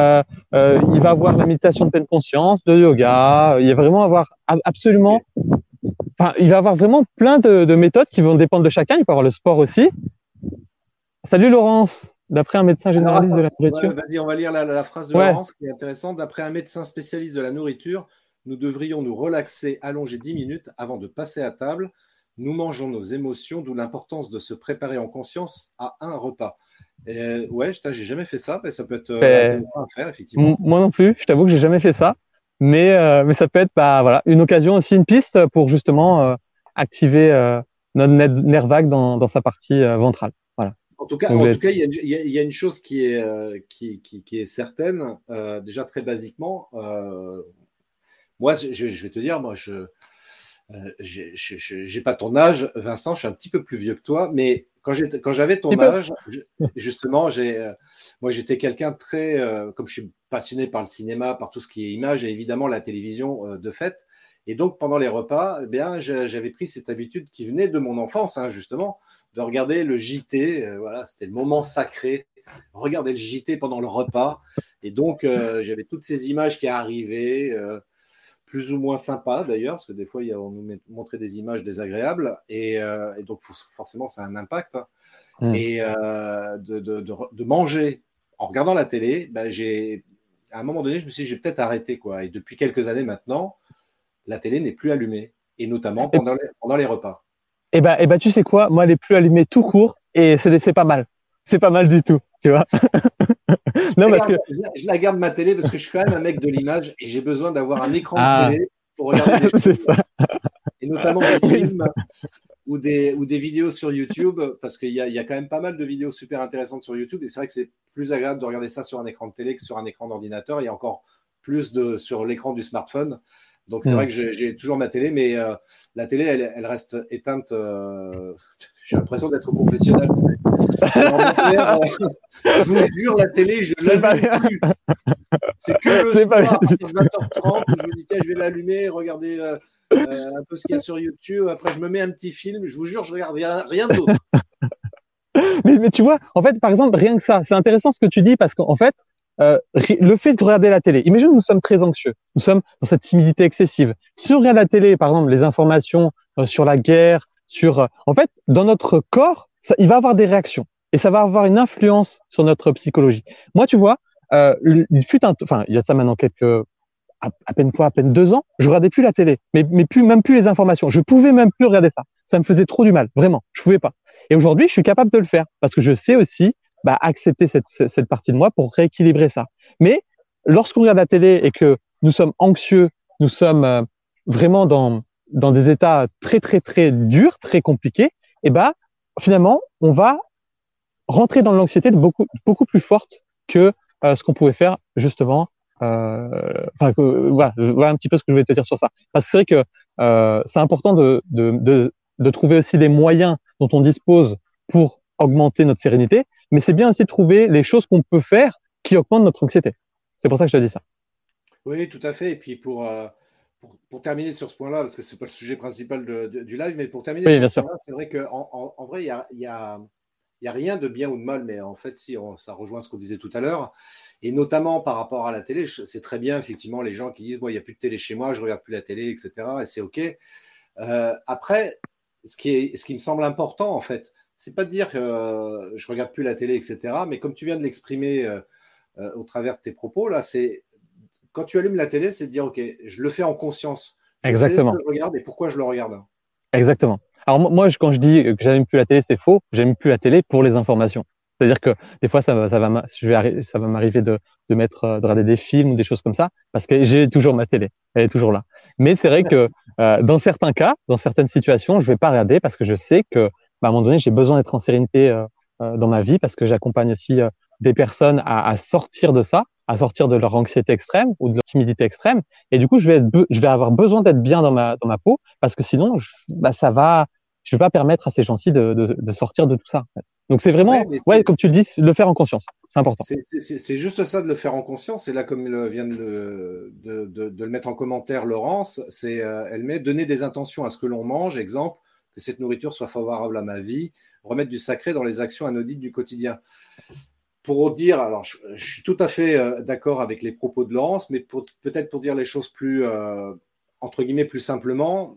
Il va avoir la méditation de pleine conscience, de yoga. Il va vraiment avoir absolument. Ok. Enfin, il va avoir vraiment plein de méthodes qui vont dépendre de chacun. Il peut avoir le sport aussi. Salut Laurence, d'après un médecin Alors généraliste de attends, la nourriture. vas-y, on va lire la phrase de Ouais, Laurence qui est intéressante. D'après un médecin spécialiste de la nourriture, nous devrions nous relaxer, allonger 10 minutes avant de passer à table. Nous mangeons nos émotions, d'où l'importance de se préparer en conscience à un repas. Ouais, j'ai jamais fait ça, mais ça peut être ben, intéressant à faire, effectivement. moi non plus. Je t'avoue que j'ai jamais fait ça, mais ça peut être bah voilà une occasion aussi, une piste pour justement activer notre nerf vague dans sa partie ventrale. Voilà. En tout cas, Donc, il y a une chose qui est certaine, déjà très basiquement. Moi, je vais te dire, moi, j'ai pas ton âge, Vincent, je suis un petit peu plus vieux que toi, mais quand j'avais petit ton peu. âge, justement, moi, j'étais quelqu'un très, comme je suis passionné par le cinéma, par tout ce qui est image et évidemment la télévision de fait. Et donc, pendant les repas, eh bien, j'avais pris cette habitude qui venait de mon enfance, hein, justement, de regarder le JT. Voilà, c'était le moment sacré. Regarder le JT pendant le repas. Et donc, j'avais toutes ces images qui arrivaient. Plus ou moins sympa d'ailleurs, parce que des fois, on nous montrait des images désagréables, et donc forcément, ça a un impact. Hmm. Et de manger en regardant la télé, ben, à un moment donné, je me suis dit, j'ai peut-être arrêté, quoi. Et depuis quelques années maintenant, la télé n'est plus allumée, et notamment Et, pendant les repas. et bah, tu sais quoi? Moi, elle est plus allumée tout court et c'est pas mal. C'est pas mal du tout, tu vois. Non, parce que Je la garde ma télé parce que je suis quand même un mec de l'image et j'ai besoin d'avoir un écran de ah, télé pour regarder des c'est choses, ça. et notamment des Oui, films ou des vidéos sur YouTube, parce qu'il y a quand même pas mal de vidéos super intéressantes sur YouTube, et c'est vrai que c'est plus agréable de regarder ça sur un écran de télé que sur un écran d'ordinateur, et encore plus sur l'écran du smartphone. Donc c'est hmm. vrai que j'ai toujours ma télé, mais la télé, elle reste éteinte. J'ai l'impression d'être au confessionnal. Alors, mon père, je vous jure, la télé, je C'est pas l'allume bien. plus. C'est que le C'est pas soir, bien à du partir de tout. 20h30, où je me dis, tiens, je vais l'allumer, regarder un peu ce qu'il y a sur YouTube. Après, je me mets un petit film. Je vous jure, je regarde rien d'autre. Mais tu vois, en fait, par exemple, rien que ça, c'est intéressant ce que tu dis parce qu'en fait, le fait de regarder la télé, imagine nous sommes très anxieux, nous sommes dans cette timidité excessive. Si on regarde la télé, par exemple, les informations sur la guerre, en fait, dans notre corps, il va avoir des réactions et ça va avoir une influence sur notre psychologie. Moi, tu vois, enfin, il y a de ça maintenant à peine 2 ans, je regardais plus la télé, mais même plus les informations. Je pouvais même plus regarder ça. ça me faisait trop du mal, vraiment, je pouvais pas. Et aujourd'hui, je suis capable de le faire parce que je sais aussi accepter cette partie de moi pour rééquilibrer ça. Mais lorsqu'on regarde la télé et que nous sommes anxieux, nous sommes vraiment dans des états très très très durs, très compliqués, et finalement, on va rentrer dans l'anxiété de beaucoup plus forte que ce qu'on pouvait faire justement. Voilà un petit peu ce que je voulais te dire sur ça. Parce que c'est vrai que c'est important de trouver aussi des moyens dont on dispose pour augmenter notre sérénité, mais c'est bien aussi de trouver les choses qu'on peut faire qui augmentent notre anxiété. C'est pour ça que je te dis ça. Oui, tout à fait. Et puis pour terminer sur ce point-là, parce que ce n'est pas le sujet principal du live, mais pour terminer sur ce point-là, c'est vrai qu'en vrai, il y a rien de bien ou de mal, mais en fait, ça rejoint ce qu'on disait tout à l'heure. Et notamment par rapport à la télé, c'est très bien, effectivement, les gens qui disent, il n'y a plus de télé chez moi, je ne regarde plus la télé, etc. Et c'est OK. Après, ce qui me semble important, en fait, c'est pas de dire que je ne regarde plus la télé, etc. Mais comme tu viens de l'exprimer au travers de tes propos, là, c'est quand tu allumes la télé, c'est de dire, OK, je le fais en conscience. Je sais ce que je regarde et pourquoi je le regarde. Exactement. Alors moi, quand je dis que j'allume plus la télé, c'est faux. J'allume plus la télé pour les informations. C'est-à-dire que des fois, ça va m'arriver de regarder des films ou des choses comme ça, parce que j'ai toujours ma télé. Elle est toujours là. Mais c'est vrai que dans certains cas, dans certaines situations, je vais pas regarder parce que je sais que à un moment donné, j'ai besoin d'être en sérénité dans ma vie, parce que j'accompagne aussi des personnes à sortir de ça, à sortir de leur anxiété extrême ou de leur timidité extrême. Et du coup, je vais avoir besoin d'être bien dans ma peau, parce que sinon, je vais pas permettre à ces gens-ci de sortir de tout ça. En fait. Donc c'est vraiment, comme tu le dis, le faire en conscience. C'est important. C'est juste ça de le faire en conscience. Et là, comme vient de le mettre en commentaire Laurence, elle met donner des intentions à ce que l'on mange, exemple, que cette nourriture soit favorable à ma vie, remettre du sacré dans les actions anodines du quotidien. Pour dire, alors je suis tout à fait d'accord avec les propos de Laurence, mais peut-être pour dire les choses plus, entre guillemets, plus simplement,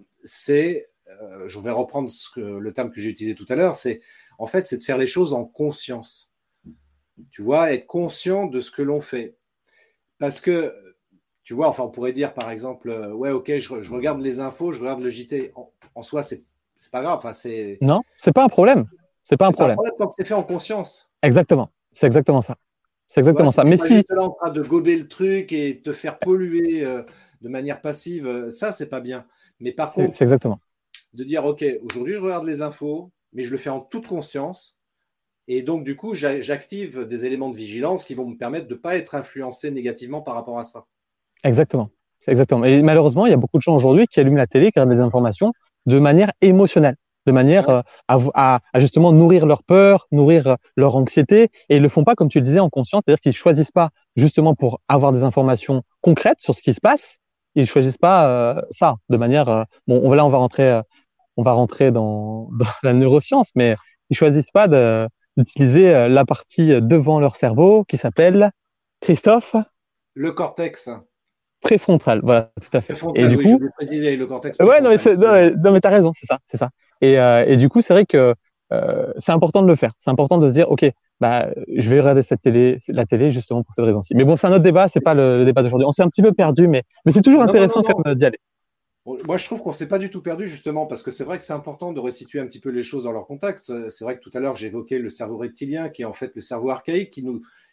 je vais reprendre le terme que j'ai utilisé tout à l'heure, c'est de faire les choses en conscience. Tu vois, être conscient de ce que l'on fait. Parce que, tu vois, on pourrait dire par exemple, ok, je regarde les infos, je regarde le JT. En soi, c'est pas grave. Non, c'est pas un problème. C'est pas un problème tant que c'est fait en conscience. Exactement. C'est exactement ça. C'est exactement ça. Mais si juste là en train de gober le truc et te faire polluer de manière passive, ça, c'est pas bien. Mais par contre, c'est exactement. De dire, ok, aujourd'hui, je regarde les infos, mais je le fais en toute conscience. Et donc, du coup, j'active des éléments de vigilance qui vont me permettre de ne pas être influencé négativement par rapport à ça. Exactement. Exactement. Et malheureusement, il y a beaucoup de gens aujourd'hui qui allument la télé, qui regardent des informations de manière émotionnelle, de manière à justement nourrir leur peur, nourrir leur anxiété. Et ils le font pas, comme tu le disais, en conscience. C'est-à-dire qu'ils choisissent pas justement pour avoir des informations concrètes sur ce qui se passe. Ils choisissent pas ça de manière. On va rentrer dans la neuroscience, mais ils choisissent pas d'utiliser la partie devant leur cerveau qui s'appelle, Christophe? Le cortex. Préfrontal, voilà, tout à fait. Et du coup, je voulais préciser le cortex. Ouais, non, mais t'as raison, c'est ça. Et du coup, c'est vrai que c'est important de le faire. C'est important de se dire, ok, je vais regarder la télé justement pour cette raison-ci. Mais bon, c'est un autre débat, c'est pas le débat d'aujourd'hui. On s'est un petit peu perdu, mais c'est toujours intéressant quand même d'y aller. Moi, je trouve qu'on ne s'est pas du tout perdu, justement, parce que c'est vrai que c'est important de resituer un petit peu les choses dans leur contexte. C'est vrai que tout à l'heure, j'évoquais le cerveau reptilien, qui est en fait le cerveau archaïque, qui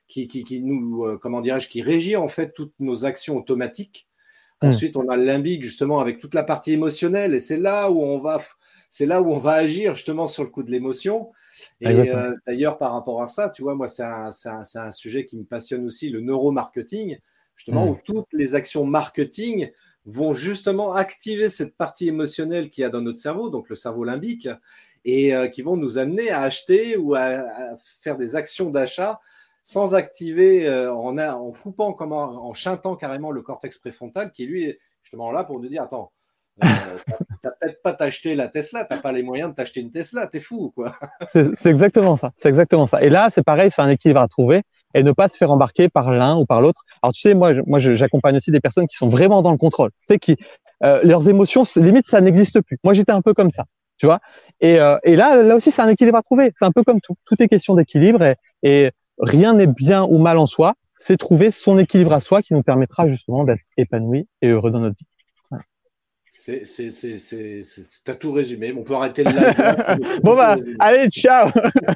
régit en fait toutes nos actions automatiques. Ensuite, on a le limbique, justement, avec toute la partie émotionnelle, et c'est là où on va agir, justement, sur le coup de l'émotion. Et d'ailleurs, par rapport à ça, tu vois, moi, c'est un sujet qui me passionne aussi, le neuromarketing, justement, où toutes les actions marketing vont justement activer cette partie émotionnelle qu'il y a dans notre cerveau, donc le cerveau limbique, et qui vont nous amener à acheter ou à faire des actions d'achat sans activer, en coupant, en chantant carrément le cortex préfrontal, qui lui est justement là pour nous dire, attends, t'as peut-être pas t'acheter la Tesla, t'as pas les moyens de t'acheter une Tesla, t'es fou, quoi. C'est exactement ça, c'est exactement ça. Et là, c'est pareil, c'est un équilibre à trouver et ne pas se faire embarquer par l'un ou par l'autre. Alors tu sais, moi, j'accompagne aussi des personnes qui sont vraiment dans le contrôle, tu sais, leurs émotions, limite, ça n'existe plus. Moi, j'étais un peu comme ça, tu vois. Et là aussi, c'est un équilibre à trouver. C'est un peu comme tout. Tout est question d'équilibre et rien n'est bien ou mal en soi. C'est trouver son équilibre à soi qui nous permettra justement d'être épanoui et heureux dans notre vie. Voilà. T'as tout résumé. On peut arrêter le live là. Bon bah, allez, ciao.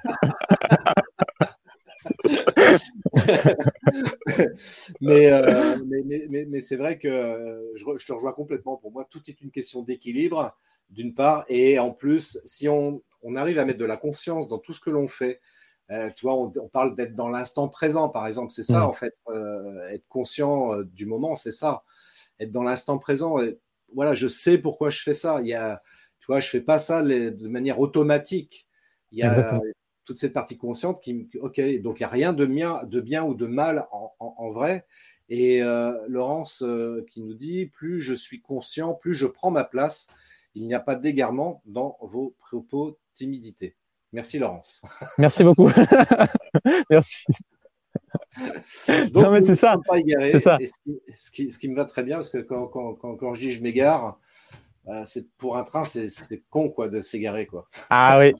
mais c'est vrai que je te rejoins complètement. Pour moi, tout est une question d'équilibre, d'une part, et en plus, si on arrive à mettre de la conscience dans tout ce que l'on fait, tu vois, on parle d'être dans l'instant présent, par exemple, c'est ça en fait, être conscient du moment, c'est ça, être dans l'instant présent. Voilà, je sais pourquoi je fais ça. Tu vois, je fais pas ça de manière automatique. Il y a Exactement. toute cette partie consciente ok, donc il n'y a rien de bien ou de mal en vrai. Et Laurence qui nous dit, plus je suis conscient, plus je prends ma place. Il n'y a pas d'égarement dans vos propos timidité. Merci Laurence. Merci beaucoup. Merci. Donc, non, mais c'est ça. Pas égaré, c'est ça. Et ce qui me va très bien, parce que quand je dis je m'égare, c'est pour un train, c'est con quoi de s'égarer quoi. Ah oui.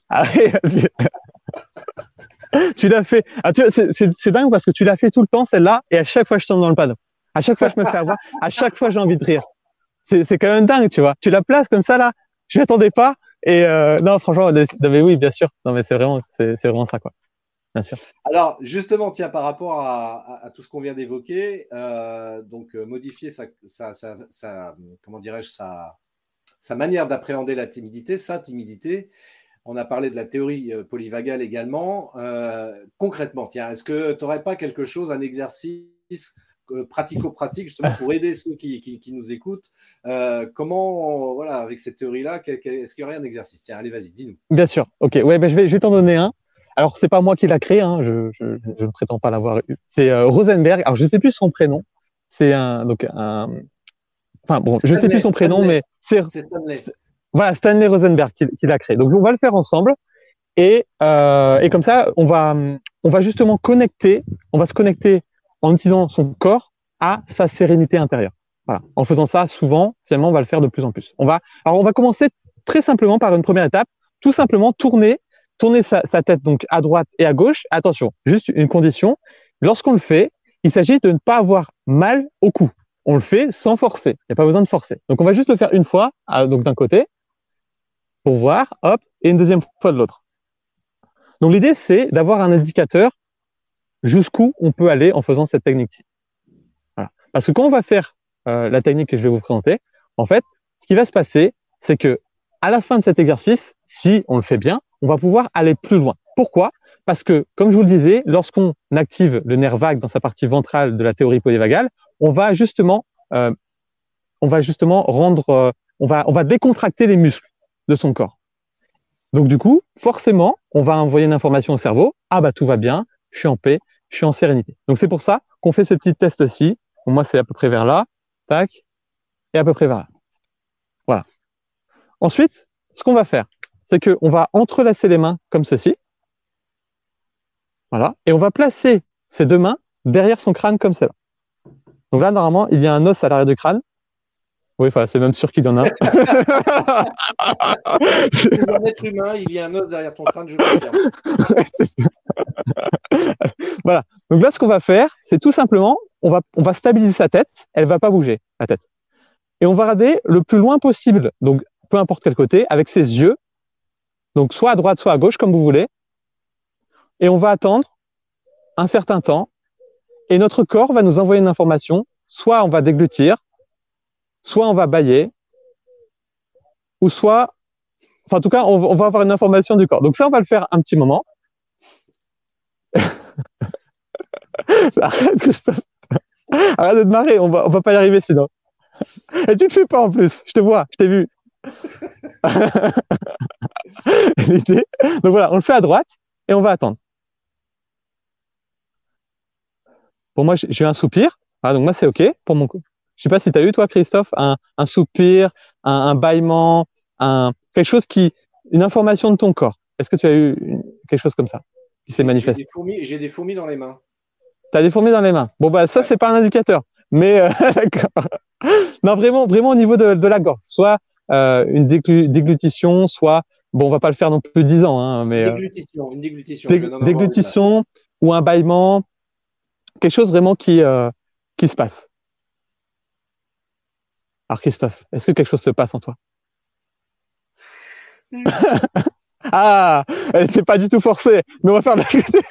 Tu l'as fait. Ah, c'est dingue parce que tu l'as fait tout le temps celle-là et à chaque fois je tombe dans le panneau. À chaque fois je me fais avoir. À chaque fois j'ai envie de rire. C'est quand même dingue, tu vois. Tu la places comme ça là. Je m'attendais pas. Et non, franchement, mais oui, bien sûr. Non, mais c'est vraiment ça quoi. Bien sûr. Alors, justement, tiens, par rapport à tout ce qu'on vient d'évoquer, modifier comment dirais-je, sa manière d'appréhender la timidité, sa timidité. On a parlé de la théorie polyvagale également. Concrètement, tiens, est-ce que tu n'aurais pas quelque chose, un exercice pratico-pratique, justement, pour aider ceux qui nous écoutent comment, voilà, avec cette théorie-là, est-ce qu'il y aurait un exercice? Tiens, allez, vas-y, dis-nous. Bien sûr. Ok. Ouais, ben je vais t'en donner un. Alors, c'est pas moi qui l'a créé, hein, je ne prétends pas l'avoir eu. C'est Rosenberg. Alors, je sais plus son prénom. C'est enfin bon, je sais plus son prénom, mais c'est Stanley. Voilà, Stanley Rosenberg qui l'a créé. Donc, on va le faire ensemble et comme ça, on va justement on va se connecter en utilisant son corps à sa sérénité intérieure. Voilà. En faisant ça souvent, finalement, on va le faire de plus en plus. On va commencer très simplement par une première étape, tout simplement tourner sa tête donc à droite et à gauche. Attention, juste une condition. Lorsqu'on le fait, il s'agit de ne pas avoir mal au cou. On le fait sans forcer. Il n'y a pas besoin de forcer. Donc, on va juste le faire une fois, donc d'un côté, pour voir, hop, et une deuxième fois de l'autre. Donc, l'idée, c'est d'avoir un indicateur jusqu'où on peut aller en faisant cette technique-ci. Voilà. Parce que quand on va faire la technique que je vais vous présenter, en fait, ce qui va se passer, c'est que à la fin de cet exercice, si on le fait bien, on va pouvoir aller plus loin. Pourquoi? Parce que, comme je vous le disais, lorsqu'on active le nerf vague dans sa partie ventrale de la théorie polyvagale, on va justement décontracter les muscles de son corps. Donc du coup, forcément, on va envoyer une information au cerveau. Ah bah tout va bien, je suis en paix, je suis en sérénité. Donc c'est pour ça qu'on fait ce petit test-ci. Bon, moi, c'est à peu près vers là, tac, et à peu près vers là. Voilà. Ensuite, ce qu'on va faire, c'est qu'on va entrelacer les mains comme ceci. Voilà. Et on va placer ces deux mains derrière son crâne comme cela. Donc là, normalement, il y a un os à l'arrière du crâne. Oui, enfin, c'est même sûr qu'il y en a. Pour un être humain, il y a un os derrière ton crâne, je confirme. Voilà. Donc là, ce qu'on va faire, c'est tout simplement, on va stabiliser sa tête. Elle va pas bouger, la tête. Et on va regarder le plus loin possible, donc peu importe quel côté, avec ses yeux. Donc soit à droite, soit à gauche, comme vous voulez. Et on va attendre un certain temps. Et notre corps va nous envoyer une information. Soit on va déglutir, soit on va bâiller, ou soit, enfin en tout cas, on va avoir une information du corps. Donc ça, on va le faire un petit moment. Arrête, Christophe. Arrête de te marrer, on va pas y arriver sinon. Et tu le fais pas en plus, je te vois, je t'ai vu. Donc voilà, on le fait à droite et on va attendre. Pour moi, j'ai un soupir. Ah, donc moi, c'est OK pour mon coup. Je sais pas si tu as eu, toi, Christophe, un soupir, un bâillement, quelque chose une information de ton corps. Est-ce que tu as eu quelque chose comme ça qui s'est manifesté? J'ai des fourmis dans les mains. Tu as des fourmis dans les mains. Bon, bah, ça, c'est pas un indicateur. Mais, d'accord. Non, vraiment au niveau de la gorge. Soit une déglutition, soit, bon, on va pas le faire non plus 10 ans, hein, mais. Une déglutition. Déglutition ou un bâillement. Quelque chose vraiment qui se passe. Alors Christophe, est-ce que quelque chose se passe en toi? Ah, elle n'était pas du tout forcée, mais on va faire de l'autre côté.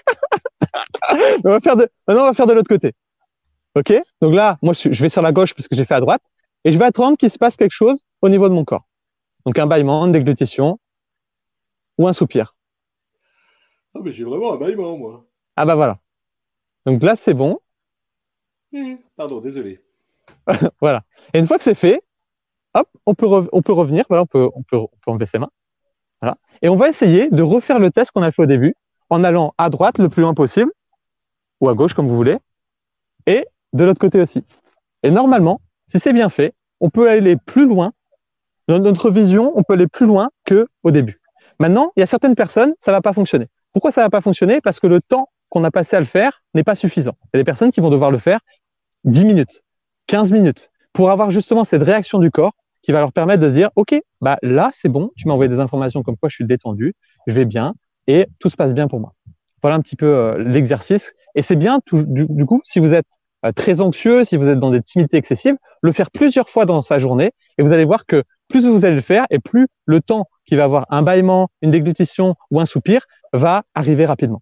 Maintenant, on va faire de l'autre côté. Ok? Donc là, moi, je vais sur la gauche parce que j'ai fait à droite, et je vais attendre qu'il se passe quelque chose au niveau de mon corps. Donc un bâillement, une déglutition ou un soupir. Ah, mais j'ai vraiment un bâillement, moi. Ah bah voilà. Donc là, c'est bon. Pardon, désolé. Voilà. Et une fois que c'est fait, hop, on peut revenir. Voilà, on peut enlever ses mains. Voilà. Et on va essayer de refaire le test qu'on a fait au début en allant à droite le plus loin possible ou à gauche comme vous voulez et de l'autre côté aussi. Et normalement, si c'est bien fait, on peut aller plus loin. Dans notre vision, on peut aller plus loin que au début. Maintenant, il y a certaines personnes, ça va pas fonctionner. Pourquoi ça va pas fonctionner? Parce que le temps qu'on a passé à le faire n'est pas suffisant. Il y a des personnes qui vont devoir le faire 10 minutes, 15 minutes pour avoir justement cette réaction du corps qui va leur permettre de se dire, OK, bah là, c'est bon, tu m'as envoyé des informations comme quoi je suis détendu, je vais bien et tout se passe bien pour moi. Voilà un petit peu l'exercice. Et c'est bien, du coup, si vous êtes très anxieux, si vous êtes dans des timidités excessives, le faire plusieurs fois dans sa journée et vous allez voir que plus vous allez le faire et plus le temps qu'il va avoir un bâillement, une déglutition ou un soupir va arriver rapidement.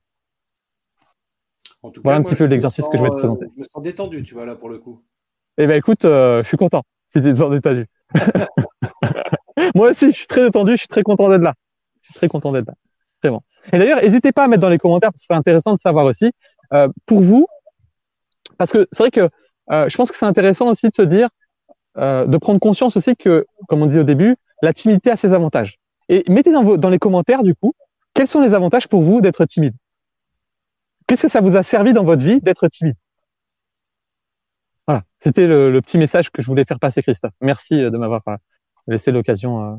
En tout Voilà cas, un moi, petit peu l'exercice que je vais te présenter. je me sens détendu, tu vois, là, pour le coup. Eh ben écoute, je suis content si tu es détendu. Moi aussi, je suis très détendu, je suis très content d'être là. Je suis très content d'être là. Vraiment. Et d'ailleurs, n'hésitez pas à mettre dans les commentaires, parce que c'est intéressant de savoir aussi, pour vous, parce que c'est vrai que je pense que c'est intéressant aussi de se dire, de prendre conscience aussi que, comme on disait au début, la timidité a ses avantages. Et mettez dans les commentaires, du coup, quels sont les avantages pour vous d'être timide? Qu'est-ce que ça vous a servi dans votre vie d'être timide? Voilà, c'était le petit message que je voulais faire passer, Christophe. Merci de m'avoir laissé l'occasion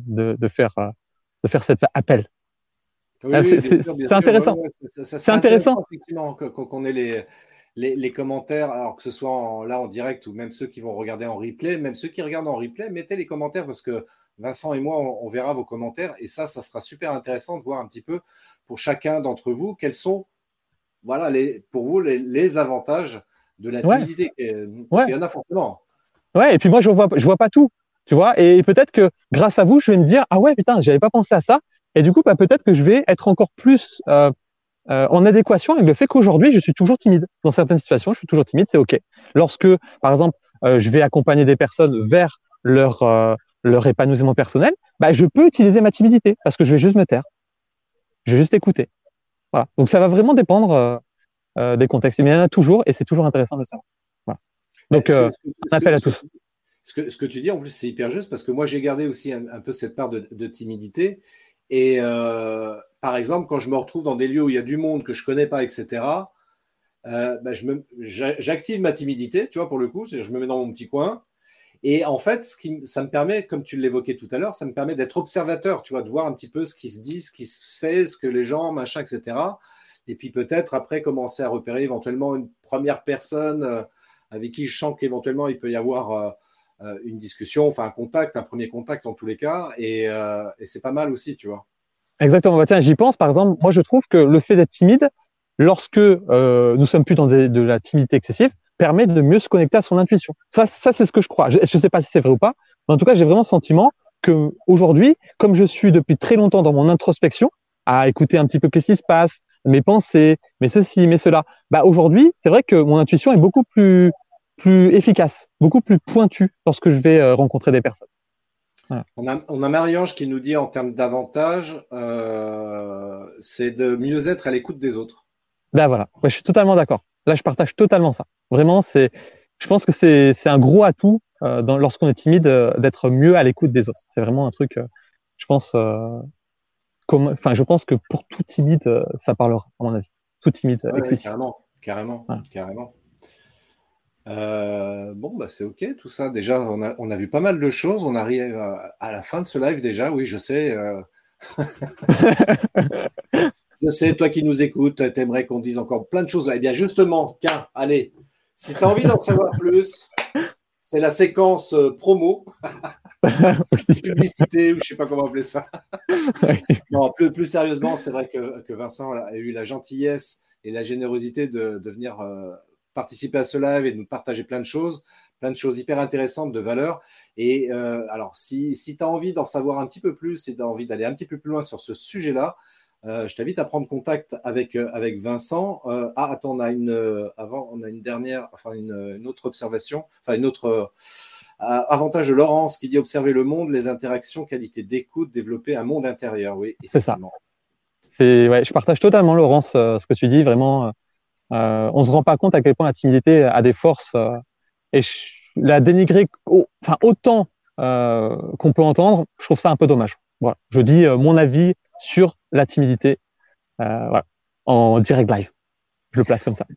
de faire cet appel. Oui, oui, bien sûr, bien C'est sûr. Ouais, intéressant. ouais, ça C'est serait intéressant. intéressant, effectivement, qu'on ait les commentaires, alors que ce soit là en direct ou même ceux qui vont regarder en replay, même ceux qui regardent en replay, mettez les commentaires parce que Vincent et moi, on verra vos commentaires et ça sera super intéressant de voir un petit peu pour chacun d'entre vous quels sont, voilà, pour vous, les avantages de la Ouais, timidité. Parce ouais, qu'il y en a forcément. ouais. Et puis moi, je vois pas tout, tu vois. Et peut-être que grâce à vous, je vais me dire, ah ouais, putain, j'avais pas pensé à ça. Et du coup, bah, peut-être que je vais être encore plus en adéquation avec le fait qu'aujourd'hui, je suis toujours timide. Dans certaines situations, je suis toujours timide, c'est OK. Lorsque, par exemple, je vais accompagner des personnes vers leur épanouissement personnel, bah, je peux utiliser ma timidité parce que je vais juste me taire. Je vais juste écouter. Voilà. Donc, ça va vraiment dépendre des contextes. Mais il y en a toujours et c'est toujours intéressant de le savoir. Voilà. Donc, un appel à tous. Ce que tu dis, en plus, c'est hyper juste parce que moi, j'ai gardé aussi un peu cette part de timidité. Et par exemple, quand je me retrouve dans des lieux où il y a du monde que je ne connais pas, etc., bah, j'active ma timidité, tu vois, pour le coup, je me mets dans mon petit coin. Et en fait, ça me permet, comme tu l'évoquais tout à l'heure, ça me permet d'être observateur, tu vois, de voir un petit peu ce qui se dit, ce qui se fait, ce que les gens, machin, etc. Et puis peut-être après commencer à repérer éventuellement une première personne avec qui je sens qu'éventuellement il peut y avoir une discussion, enfin un contact, un premier contact en tous les cas. Et c'est pas mal aussi, tu vois. Exactement. Bah, tiens, j'y pense. Par exemple, moi, je trouve que le fait d'être timide, lorsque nous sommes plus dans de la timidité excessive, permet de mieux se connecter à son intuition. Ça c'est ce que je crois. Je ne sais pas si c'est vrai ou pas, mais en tout cas, j'ai vraiment le sentiment que aujourd'hui, comme je suis depuis très longtemps dans mon introspection, à écouter un petit peu qu'est-ce qui se passe, mes pensées, mes ceci, mes cela, bah aujourd'hui, c'est vrai que mon intuition est beaucoup plus efficace, beaucoup plus pointue lorsque je vais rencontrer des personnes. Voilà. On a Marie-Ange qui nous dit en termes d'avantages, c'est de mieux être à l'écoute des autres. Ben voilà, ouais, je suis totalement d'accord. Là, je partage totalement ça. Vraiment, je pense que c'est un gros atout lorsqu'on est timide d'être mieux à l'écoute des autres. C'est vraiment un truc, je pense, enfin, je pense que pour tout timide, ça parlera, à mon avis. Tout timide Ouais, excessif. carrément, carrément, Voilà. carrément. Bon, bah c'est OK, tout ça. Déjà, on a vu pas mal de choses. On arrive à la fin de ce live déjà. Oui, je sais. Je sais, toi qui nous écoutes, t'aimerais qu'on dise encore plein de choses. Eh bien, justement, tiens, allez, si tu as envie d'en savoir plus, c'est la séquence promo, publicité, ou je sais pas comment appeler ça. Non, plus sérieusement, c'est vrai que Vincent a eu la gentillesse et la générosité de venir participer à ce live et de nous partager plein de choses hyper intéressantes, de valeur. Et alors, si tu as envie d'en savoir un petit peu plus et d'envie d'aller un petit peu plus loin sur ce sujet-là, je t'invite à prendre contact avec Vincent. Attends, on a une dernière, enfin une autre observation, enfin une autre avantage de Laurence qui dit observer le monde, les interactions, qualité d'écoute, développer un monde intérieur. Oui, effectivement. C'est ça. Ouais, je partage totalement, Laurence, ce que tu dis. Vraiment, on se rend pas compte à quel point la timidité a des forces et la dénigrer autant qu'on peut entendre. Je trouve ça un peu dommage. Voilà. Je dis mon avis sur la timidité, voilà, en direct live. Je le place comme ça.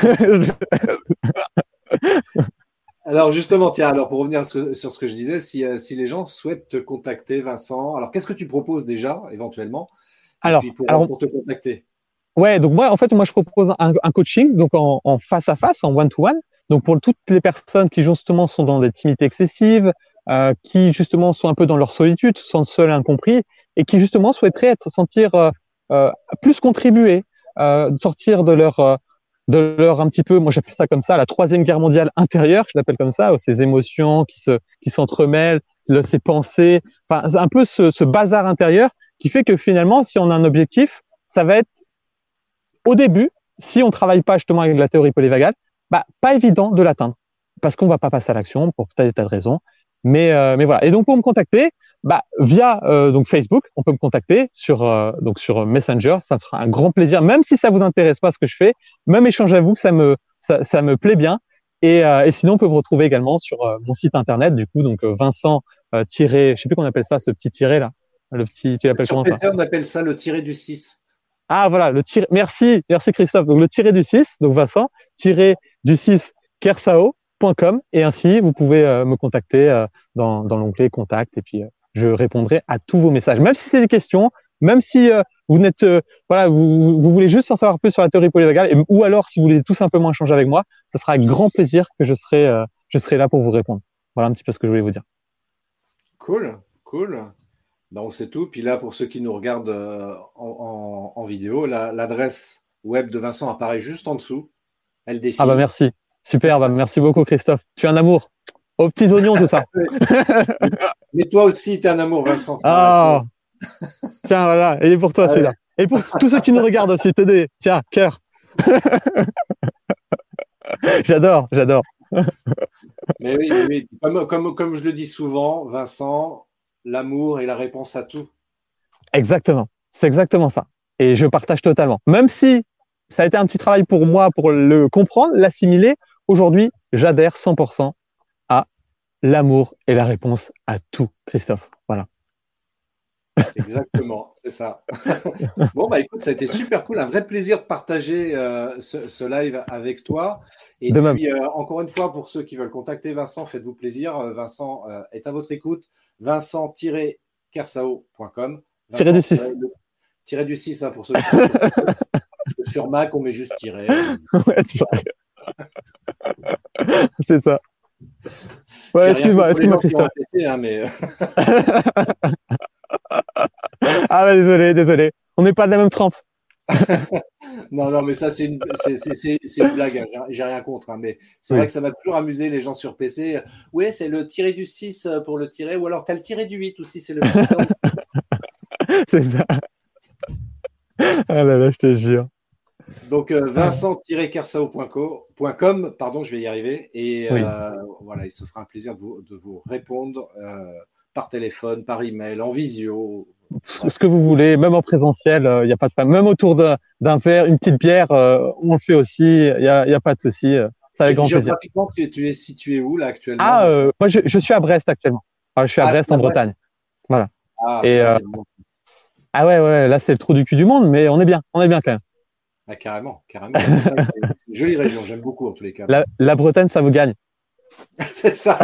Alors justement, tiens, alors pour revenir sur ce que je disais, si les gens souhaitent te contacter, Vincent, alors qu'est-ce que tu proposes déjà, éventuellement, et Alors, puis pour te contacter? Ouais, donc moi, je propose un coaching, donc en face à face, en one-to-one. Donc pour toutes les personnes qui justement sont dans des timidités excessives, qui justement sont un peu dans leur solitude, se sentent seuls et incompris, et qui justement souhaiteraient sentir plus contribuer, sortir de leur un petit peu, moi j'appelle ça comme ça, la troisième guerre mondiale intérieure, je l'appelle comme ça, ces émotions qui s'entremêlent, ces pensées, enfin c'est un peu ce bazar intérieur qui fait que finalement, si on a un objectif, ça va être au début, si on travaille pas justement avec la théorie polyvagale, pas évident de l'atteindre parce qu'on va pas passer à l'action pour peut-être des tas de raisons. Mais voilà. Et donc pour me contacter, via donc Facebook, on peut me contacter donc sur Messenger. Ça me fera un grand plaisir, même si ça vous intéresse pas ce que je fais, même échanger à vous que ça me plaît bien. Et sinon, on peut me retrouver également sur mon site internet, du coup, donc Vincent je sais plus qu'on appelle ça, ce petit tiré là, le petit, tu l'appelles Sur comment ça? PC, on appelle ça le tiré du 6. Ah voilà, merci Christophe. Donc le tiré du 6, donc Vincent, tiré du 6 kersao.com et ainsi vous pouvez me contacter dans l'onglet contact et puis je répondrai à tous vos messages. Même si c'est des questions, même si vous n'êtes voilà, vous voulez juste en savoir plus sur la théorie polyvagale ou alors si vous voulez tout simplement échanger avec moi, ce sera avec grand plaisir que je serai là pour vous répondre. Voilà un petit peu ce que je voulais vous dire. Cool. Donc c'est tout. Puis là, pour ceux qui nous regardent en vidéo, l'adresse web de Vincent apparaît juste en dessous. Elle Ah défile. merci. Super, merci beaucoup Christophe. Tu es un amour. Aux petits oignons tout ça. Mais toi aussi, tu es un amour, Vincent. Ah, tiens, voilà. Il est pour toi celui-là. Et pour tous ceux qui nous regardent aussi, TD. Tiens, cœur. J'adore. Mais oui. Comme je le dis souvent, Vincent, l'amour est la réponse à tout. Exactement. C'est exactement ça. Et je partage totalement. Même si ça a été un petit travail pour moi pour le comprendre, l'assimiler, aujourd'hui, j'adhère 100% à l'amour est la réponse à tout, Christophe. Voilà. Exactement, c'est ça. Bon, écoute, ça a été super cool, un vrai plaisir de partager ce live avec toi. Et De même. puis, encore une fois, pour ceux qui veulent contacter Vincent, faites-vous plaisir. Vincent est à votre écoute. Vincent-kersao.com. Tiré du 6. Tiré du 6, hein, pour ceux qui sont sur Mac, on met juste tiré. Ouais, c'est ça. Ouais, excuse-moi, Christophe. PC, hein, mais... Ah, désolé. On n'est pas de la même trempe. Non, mais ça, c'est une blague. Hein. J'ai rien contre. Hein, mais c'est vrai que ça m'a toujours amusé, les gens sur PC. Oui, c'est le tiré du 6 pour le tirer. Ou alors, tu as le tiré du 8 aussi. C'est le C'est ça. Ah là là, je te jure. Donc, Vincent-kersao.com, pardon, je vais y arriver. Et voilà, il se fera un plaisir de vous répondre par téléphone, par email, en visio. Ce que vous voulez, même en présentiel, il n'y a pas de problème. Même autour d'un verre, une petite bière, on le fait aussi. Il y a pas de souci. Ça avec grand plaisir. Géographiquement, tu es situé où là actuellement? Moi, je suis à Brest actuellement. Alors, je suis à Brest en Bretagne. Voilà. Et ça, c'est bon. Ouais, là c'est le trou du cul du monde, mais on est bien quand même. Ah, carrément. C'est une jolie région, j'aime beaucoup en tous les cas. La Bretagne, ça vous gagne. C'est ça.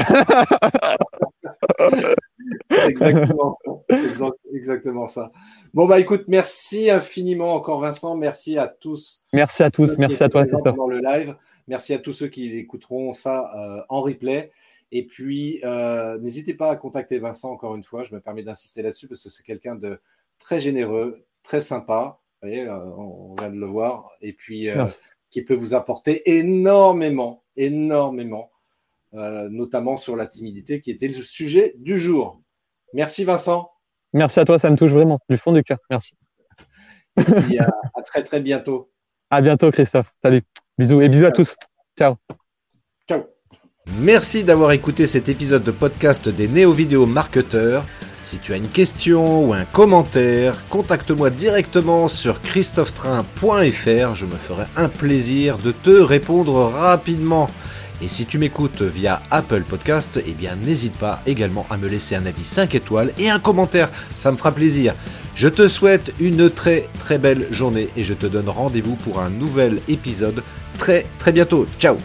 C'est exactement ça. C'est exactement ça. Bon, écoute, merci infiniment encore, Vincent. Merci à tous. Merci à tous. Merci à toi, Christophe. Dans le live. Merci à tous ceux qui écouteront ça en replay. Et puis, n'hésitez pas à contacter Vincent encore une fois. Je me permets d'insister là-dessus parce que c'est quelqu'un de très généreux, très sympa. Vous voyez, on vient de le voir. Et puis, qui peut vous apporter énormément, notamment sur la timidité qui était le sujet du jour. Merci Vincent. Merci à toi, ça me touche vraiment du fond du cœur. Merci. Et puis à très très bientôt. À bientôt Christophe. Salut. Bisous et bisous à tous. Ciao. Ciao. Merci d'avoir écouté cet épisode de podcast des Néo-Vidéo Marketeurs. Si tu as une question ou un commentaire, contacte-moi directement sur christophetrain.fr. Je me ferai un plaisir de te répondre rapidement. Et si tu m'écoutes via Apple Podcast, eh bien n'hésite pas également à me laisser un avis 5 étoiles et un commentaire, ça me fera plaisir. Je te souhaite une très très belle journée et je te donne rendez-vous pour un nouvel épisode très très bientôt. Ciao.